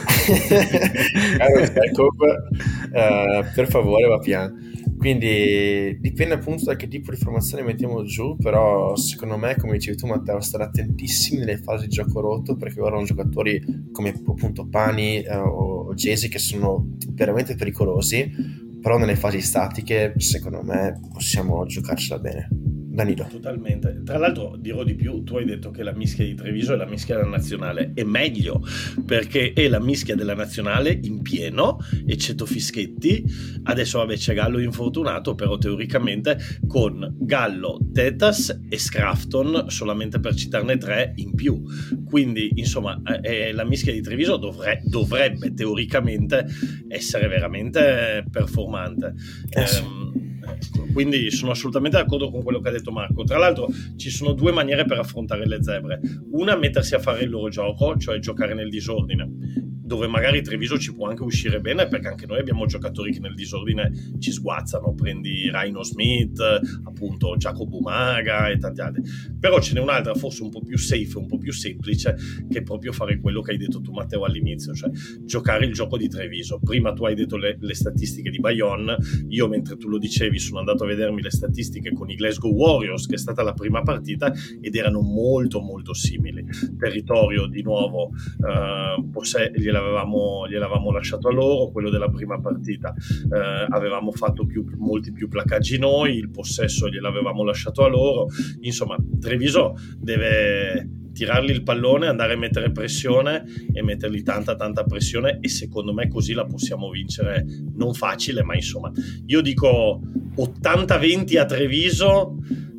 Caro Jacob, uh, per favore va piano. Quindi dipende appunto da che tipo di formazione mettiamo giù, però secondo me, come dicevi tu Matteo, stare attentissimi nelle fasi di gioco rotto, perché ora hanno giocatori come appunto Pani uh, o Gesi che sono veramente pericolosi, però nelle fasi statiche secondo me possiamo giocarcela bene. Danilo. Totalmente. Tra l'altro dirò di più, tu hai detto che la mischia di Treviso è la mischia della nazionale. È meglio, perché è la mischia della nazionale in pieno, eccetto Fischetti. Adesso vabbè c'è Gallo infortunato, però teoricamente con Gallo, Tetas e Scrafton, solamente per citarne tre in più. Quindi insomma è la mischia di Treviso dovre- dovrebbe teoricamente essere veramente performante. Eh sì. ehm, Quindi sono assolutamente d'accordo con quello che ha detto Marco. Tra l'altro ci sono due maniere per affrontare le zebre: una, mettersi a fare il loro gioco, cioè giocare nel disordine, dove magari Treviso ci può anche uscire bene, perché anche noi abbiamo giocatori che nel disordine ci sguazzano. Prendi Rhino Smith, appunto Jacopo Maga e tanti altri. Però ce n'è un'altra forse un po' più safe, un po' più semplice, che è proprio fare quello che hai detto tu, Matteo, all'inizio, cioè giocare il gioco di Treviso. Prima tu hai detto le, le statistiche di Bayonne, io mentre tu lo dicevi sono andato a vedermi le statistiche con i Glasgow Warriors, che è stata la prima partita, ed erano molto molto simili. Territorio di nuovo, eh, posse- gliel'avevamo, gliel'avevamo lasciato a loro, quello della prima partita, eh, avevamo fatto più, molti più placaggi noi, il possesso gliel'avevamo lasciato a loro. Insomma, Treviso deve tirargli il pallone, andare a mettere pressione e mettergli tanta tanta pressione, e secondo me così la possiamo vincere. Non facile, ma insomma io dico ottanta venti a Treviso,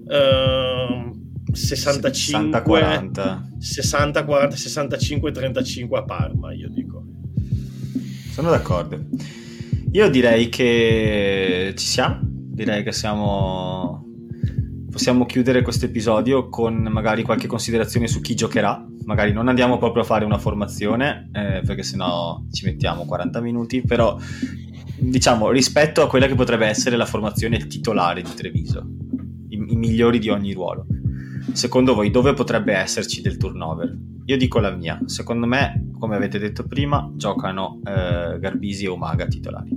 eh, sessantacinque quaranta sessanta quaranta sessantacinque trentacinque a Parma, io dico. Sono d'accordo. Io direi che ci siamo, direi che siamo possiamo chiudere questo episodio con magari qualche considerazione su chi giocherà. Magari non andiamo proprio a fare una formazione, eh, perché sennò ci mettiamo quaranta minuti, però diciamo rispetto a quella che potrebbe essere la formazione titolare di Treviso, i, i migliori di ogni ruolo. Secondo voi dove potrebbe esserci del turnover? Io dico la mia. Secondo me, come avete detto prima, giocano eh, Garbisi e Umaga titolari.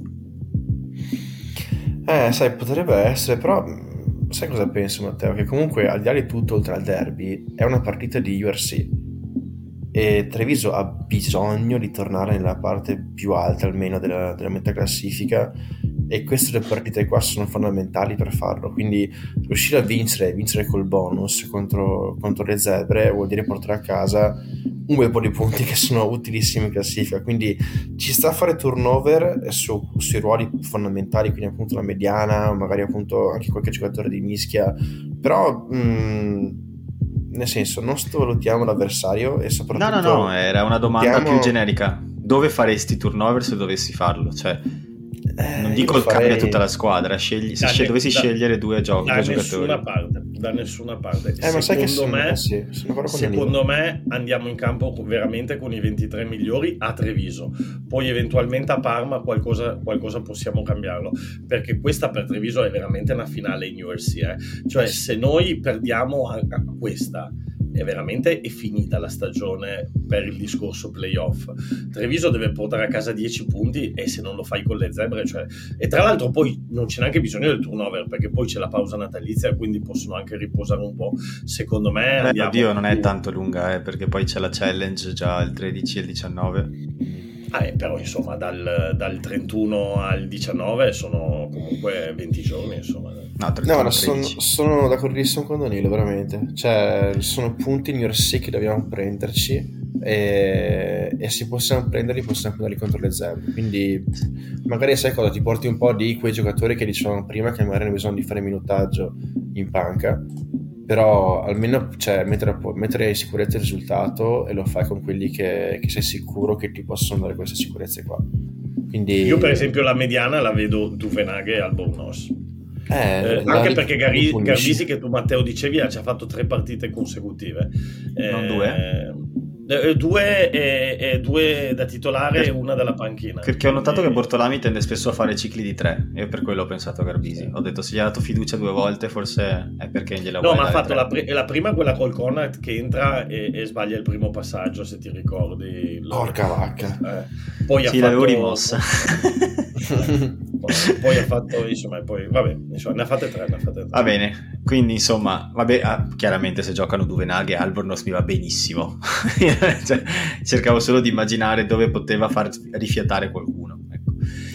Eh, sai, potrebbe essere, però sai cosa penso, Matteo? Che comunque al di là di tutto, oltre al derby, è una partita di U R C e Treviso ha bisogno di tornare nella parte più alta almeno della, della metà classifica, e queste due partite qua sono fondamentali per farlo. Quindi riuscire a vincere vincere col bonus contro, contro le zebre vuol dire portare a casa un bel po' di punti che sono utilissimi in classifica. Quindi ci sta a fare turnover su, sui ruoli fondamentali, quindi appunto la mediana, magari appunto anche qualche giocatore di mischia, però mh, nel senso non sottovalutiamo l'avversario e soprattutto no no no era una domanda diamo... più generica: dove faresti turnover se dovessi farlo? Cioè Eh, non dico farei... cambia tutta la squadra, scegli, se da, scegli, dovessi da, scegliere due, giochi, da due giocatori. nessuna parte, da nessuna parte. Eh, ma sai che secondo me, sì, secondo me andiamo in campo veramente con i ventitré migliori a Treviso, poi eventualmente a Parma qualcosa, qualcosa possiamo cambiarlo, perché questa per Treviso è veramente una finale in U R C, eh? Cioè se noi perdiamo a, a questa è veramente è finita la stagione per il discorso playoff. Treviso deve portare a casa dieci punti, e se non lo fai con le zebre, cioè... e tra l'altro poi non c'è neanche bisogno del turnover, perché poi c'è la pausa natalizia, quindi possono anche riposare un po'. Secondo me Beh, andiamo oddio, non più... è tanto lunga, eh, perché poi c'è la challenge già il tredici e il diciannove. Ah, eh, però insomma dal, dal trentuno al diciannove sono comunque venti giorni, insomma. No, trentuno, no sono, sono d'accordissimo con Danilo, veramente. Cioè, sono punti in U R C che dobbiamo prenderci, e, e se possiamo prenderli possiamo prenderli contro le zebre. Quindi magari sai cosa, ti porti un po' di quei giocatori che dicevamo prima che magari hanno bisogno di fare minutaggio in panca, però almeno cioè, mettere, mettere in sicurezza il risultato, e lo fai con quelli che, che sei sicuro che ti possono dare queste sicurezze qua. Quindi io per esempio la mediana la vedo Duvenaghe e Albornoz. Eh, eh, anche perché Gari, Garbisi, che tu Matteo dicevi, ha già fatto tre partite consecutive, non eh, due eh, due, e, e due da titolare per, e una dalla panchina, perché ho notato che Bortolami tende spesso a fare cicli di tre, e per quello ho pensato a Garbisi. Sì. Ho detto se gli ha dato fiducia due volte forse è perché gliela no vuole ma ha fatto la, pre- la prima quella col Connacht che entra e, e sbaglia il primo passaggio, se ti ricordi. Porca vacca, eh. Poi sì, ha l'avevo fatto... rimossa. Poi ha fatto insomma poi vabbè insomma, ne ha fatte tre, ne ha fatte tre. Va bene, quindi insomma vabbè, ah, chiaramente se giocano Duvenaghe e Albornoz mi va benissimo. Cioè, cercavo solo di immaginare dove poteva far rifiatare qualcuno, ecco.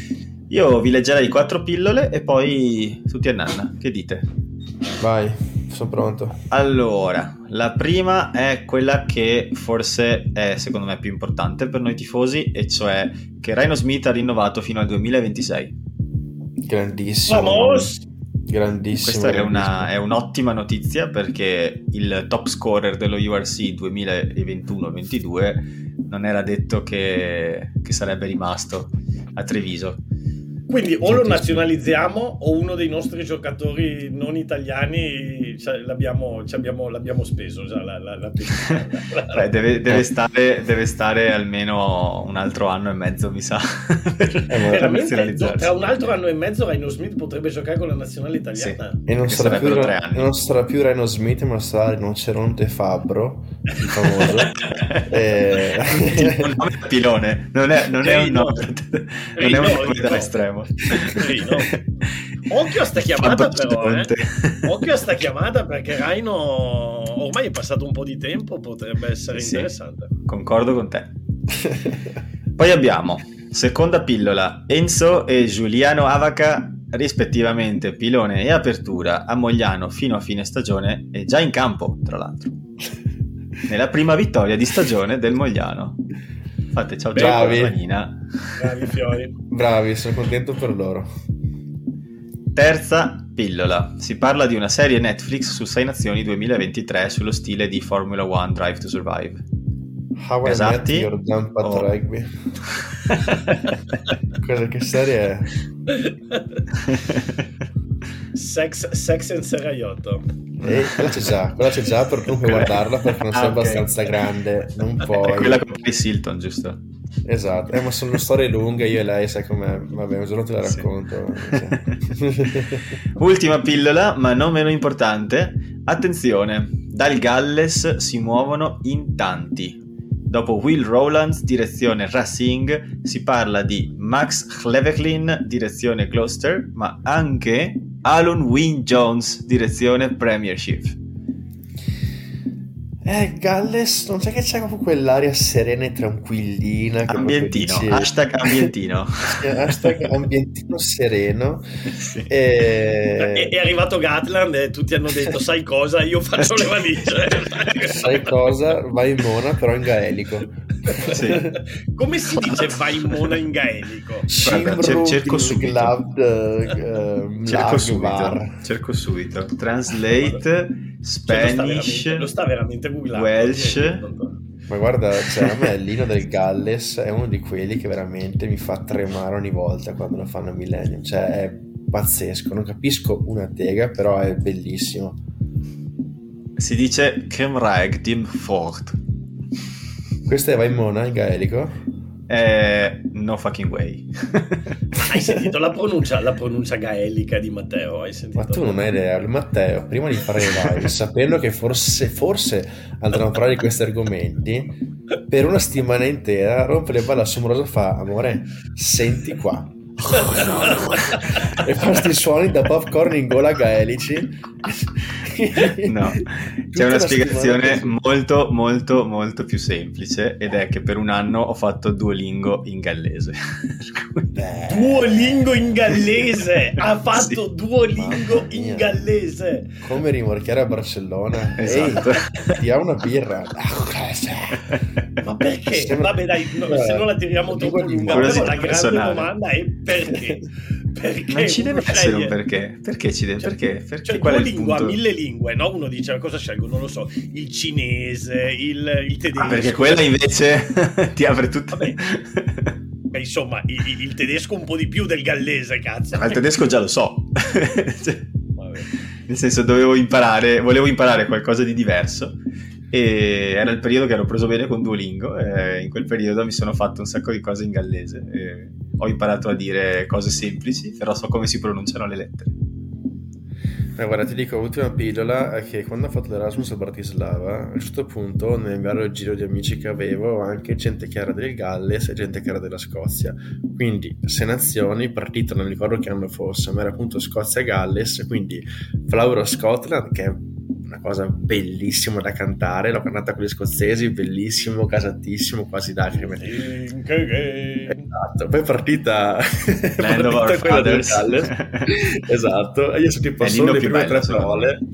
Io vi leggerei quattro pillole e poi tutti a nanna, che dite? Vai, sono pronto. Allora, la prima è quella che forse è secondo me più importante per noi tifosi, e cioè che Rhino Smith ha rinnovato fino al duemilaventisei. Grandissimo. Vamos! Grandissimo. Questa è, una, è un'ottima notizia, perché il top scorer dello U R C duemilaventuno ventidue non era detto che, che sarebbe rimasto a Treviso. Quindi o lo nazionalizziamo o uno dei nostri giocatori non italiani cioè, l'abbiamo, cioè, abbiamo, l'abbiamo speso già la, la, la Beh, deve, deve, stare, deve stare almeno un altro anno e mezzo, mi sa, per, per nazionalizzarsi. Tra un altro anno e mezzo Rhino Smith potrebbe giocare con la nazionale italiana. Sì. E non sarà, più, non sarà più Rhino Smith, ma sarà Rinoceronte Fabbro, il famoso. e... Il nome è Pilone, non è, non è un nome, non è un nome da estremo. Rino. Occhio a sta chiamata però eh. Occhio a sta chiamata, perché Rhino ormai è passato un po' di tempo, potrebbe essere sì, interessante. Concordo con te. Poi abbiamo seconda pillola, Enzo e Giuliano Avaca, rispettivamente pilone e apertura a Mogliano fino a fine stagione, e già in campo tra l'altro nella prima vittoria di stagione del Mogliano. Fate ciao ciao Manina. Bravi fiori. Bravi, sono contento per loro. Terza pillola, si parla di una serie Netflix su Sei Nazioni duemilaventitré sullo stile di Formula One Drive to Survive. How Gasati? I Met Your Dump at Oh. Rugby. Cosa, che serie è? Sex, sex and Serraiotto. Eh, quella c'è già, quella c'è già, per comunque guardarla perché non sei Ah, ok. abbastanza grande, non puoi. È quella con Paris Hilton, giusto? Esatto, eh, ma sono storie lunghe, io e lei sai com'è, vabbè, un giorno te la Sì. racconto. Sì. Ultima pillola, ma non meno importante. Attenzione, dal Galles si muovono in tanti. Dopo Will Rowland, direzione Racing, si parla di Max Hleverlin, direzione Gloucester, ma anche Alun Wyn Jones, direzione Premiership. Eh, Galles, non c'è che c'è proprio quell'aria serena e tranquillina che Ambientino, dici... hashtag ambientino. hashtag ambientino sereno. Sì. E... È, è arrivato Gatland e tutti hanno detto sai cosa, io faccio le valigie. Sai cosa? Vai in Mona però in gaelico. Sì. Come si dice vai in Mona in gaelico? Guarda, cer- cerco subito. Glad, uh, cerco subito, Lagvar. cerco subito. Translate Spanish, Cioè, lo sta veramente, lo sta veramente googlando. Welsh. Ma guarda, cioè, a me l'Ino del Galles è uno di quelli che veramente mi fa tremare ogni volta quando lo fanno a Millennium, cioè è pazzesco, non capisco una tega, però è bellissimo. Si dice Cymraeg Dim Fort. Questa è Vaimona in gaelico? Eh, no fucking way. Hai sentito la pronuncia, la pronuncia gaelica di Matteo? Hai sentito? Ma tu non hai idea, Matteo, prima di fare le live, sapendo che forse, forse andranno a parlare di questi argomenti, per una settimana intera rompe le balle a Somoroso, fa amore, senti qua. E fa sti suoni da popcorn in gola gaelici. No, c'è una spiegazione molto molto molto più semplice, ed è che per un anno ho fatto Duolingo in gallese. Duolingo in gallese! Ha fatto Sì. Duolingo in gallese! Come rimorchiare a Barcellona. Esatto. Ehi, ti ha una birra. Ma perché? Sembra- Vabbè dai, no, se non la tiriamo troppo lunga, però Curiosità la grande personale. domanda è perché? Perché Non ci deve uno essere un sceglie- perché. Perché ci deve? Cioè, Perché? Perché cioè, qual è il Duolingo ha punto? mille lingue, no? Uno dice cosa scelgo? Non lo so, il cinese, il, il tedesco. Ah, perché quella invece ti apre tutto. Vabbè. Beh, insomma, il, il- il tedesco un po' di più del gallese, cazzo. Ma il tedesco già lo so. Cioè, Vabbè. nel senso, dovevo imparare, volevo imparare qualcosa di diverso, e era il periodo che ero preso bene con Duolingo, e in quel periodo mi sono fatto un sacco di cose in gallese, e ho imparato a dire cose semplici, però so come si pronunciano le lettere. Eh, guarda, ti dico, ultima pillola, è che quando ho fatto l'Erasmus a Bratislava, a un certo punto, nel vario giro di amici che avevo, anche gente che era del Galles e gente che era della Scozia. Quindi, Sei Nazioni, partito, non mi ricordo che anno fosse, ma era appunto Scozia-Galles, quindi Flower of Scotland, che è una cosa bellissima da cantare, l'ho cantata con gli scozzesi, bellissimo, casatissimo, quasi lacrime. Esatto, poi è partita, è Land of partita Our quella del Fathers. Galles. Esatto, e io sono tipo È solo l'inno le più prime bello, tre secondo parole.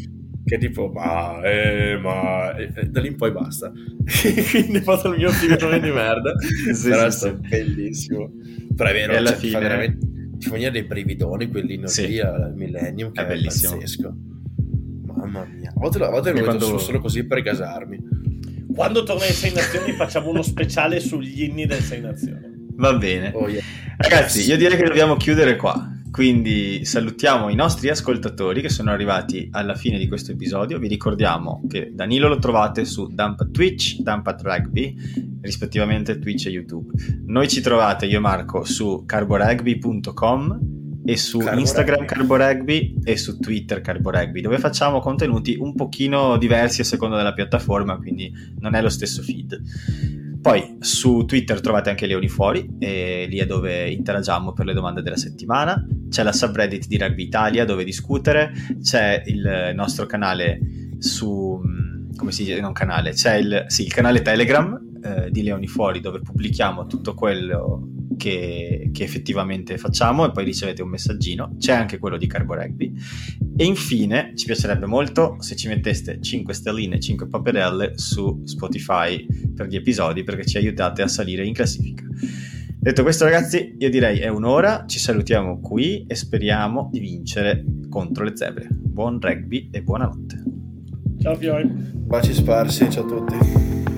che tipo ma, eh, ma e da lì in poi basta. Quindi ho fatto il mio film di merda. Sì, Però è sì, stato sì. bellissimo. Però è vero, E alla cioè, ti fa fine- veramente ti fa venire dei brividoni quelli non Sì. lì al Millennium, che È è, bellissimo. pazzesco. Mamma mia, a volte, a volte Anche lo vedo quando- su solo così per gasarmi. Quando torna in Sei Nazioni facciamo uno speciale sugli inni del Sei Nazioni. Va bene. Oh, yeah. Ragazzi, io direi che dobbiamo chiudere qua. Quindi salutiamo i nostri ascoltatori che sono arrivati alla fine di questo episodio. Vi ricordiamo che Danilo lo trovate su Dump Twitch, Dump Rugby, rispettivamente Twitch e YouTube. Noi ci trovate, io e Marco, su carborugby punto com e su Carbo Instagram Rugby. Carborugby e su Twitter Carborugby, dove facciamo contenuti un pochino diversi a seconda della piattaforma, quindi non è lo stesso feed. Poi su Twitter trovate anche Leoni Fuori, e lì è dove interagiamo per le domande della settimana. C'è la subreddit di Rugby Italia dove discutere, c'è il nostro canale su, come si dice, non canale, c'è il, sì, il canale Telegram eh, di Leoni Fuori, dove pubblichiamo tutto quello che, che effettivamente facciamo e poi ricevete un messaggino. C'è anche quello di Carbo Rugby. E infine ci piacerebbe molto se ci metteste cinque stelline e cinque paperelle su Spotify per gli episodi, perché ci aiutate a salire in classifica. Detto questo, ragazzi, io direi è un'ora, ci salutiamo qui e speriamo di vincere contro le zebre. Buon rugby e buonanotte. Ciao Fiori. Baci sparsi, ciao a tutti.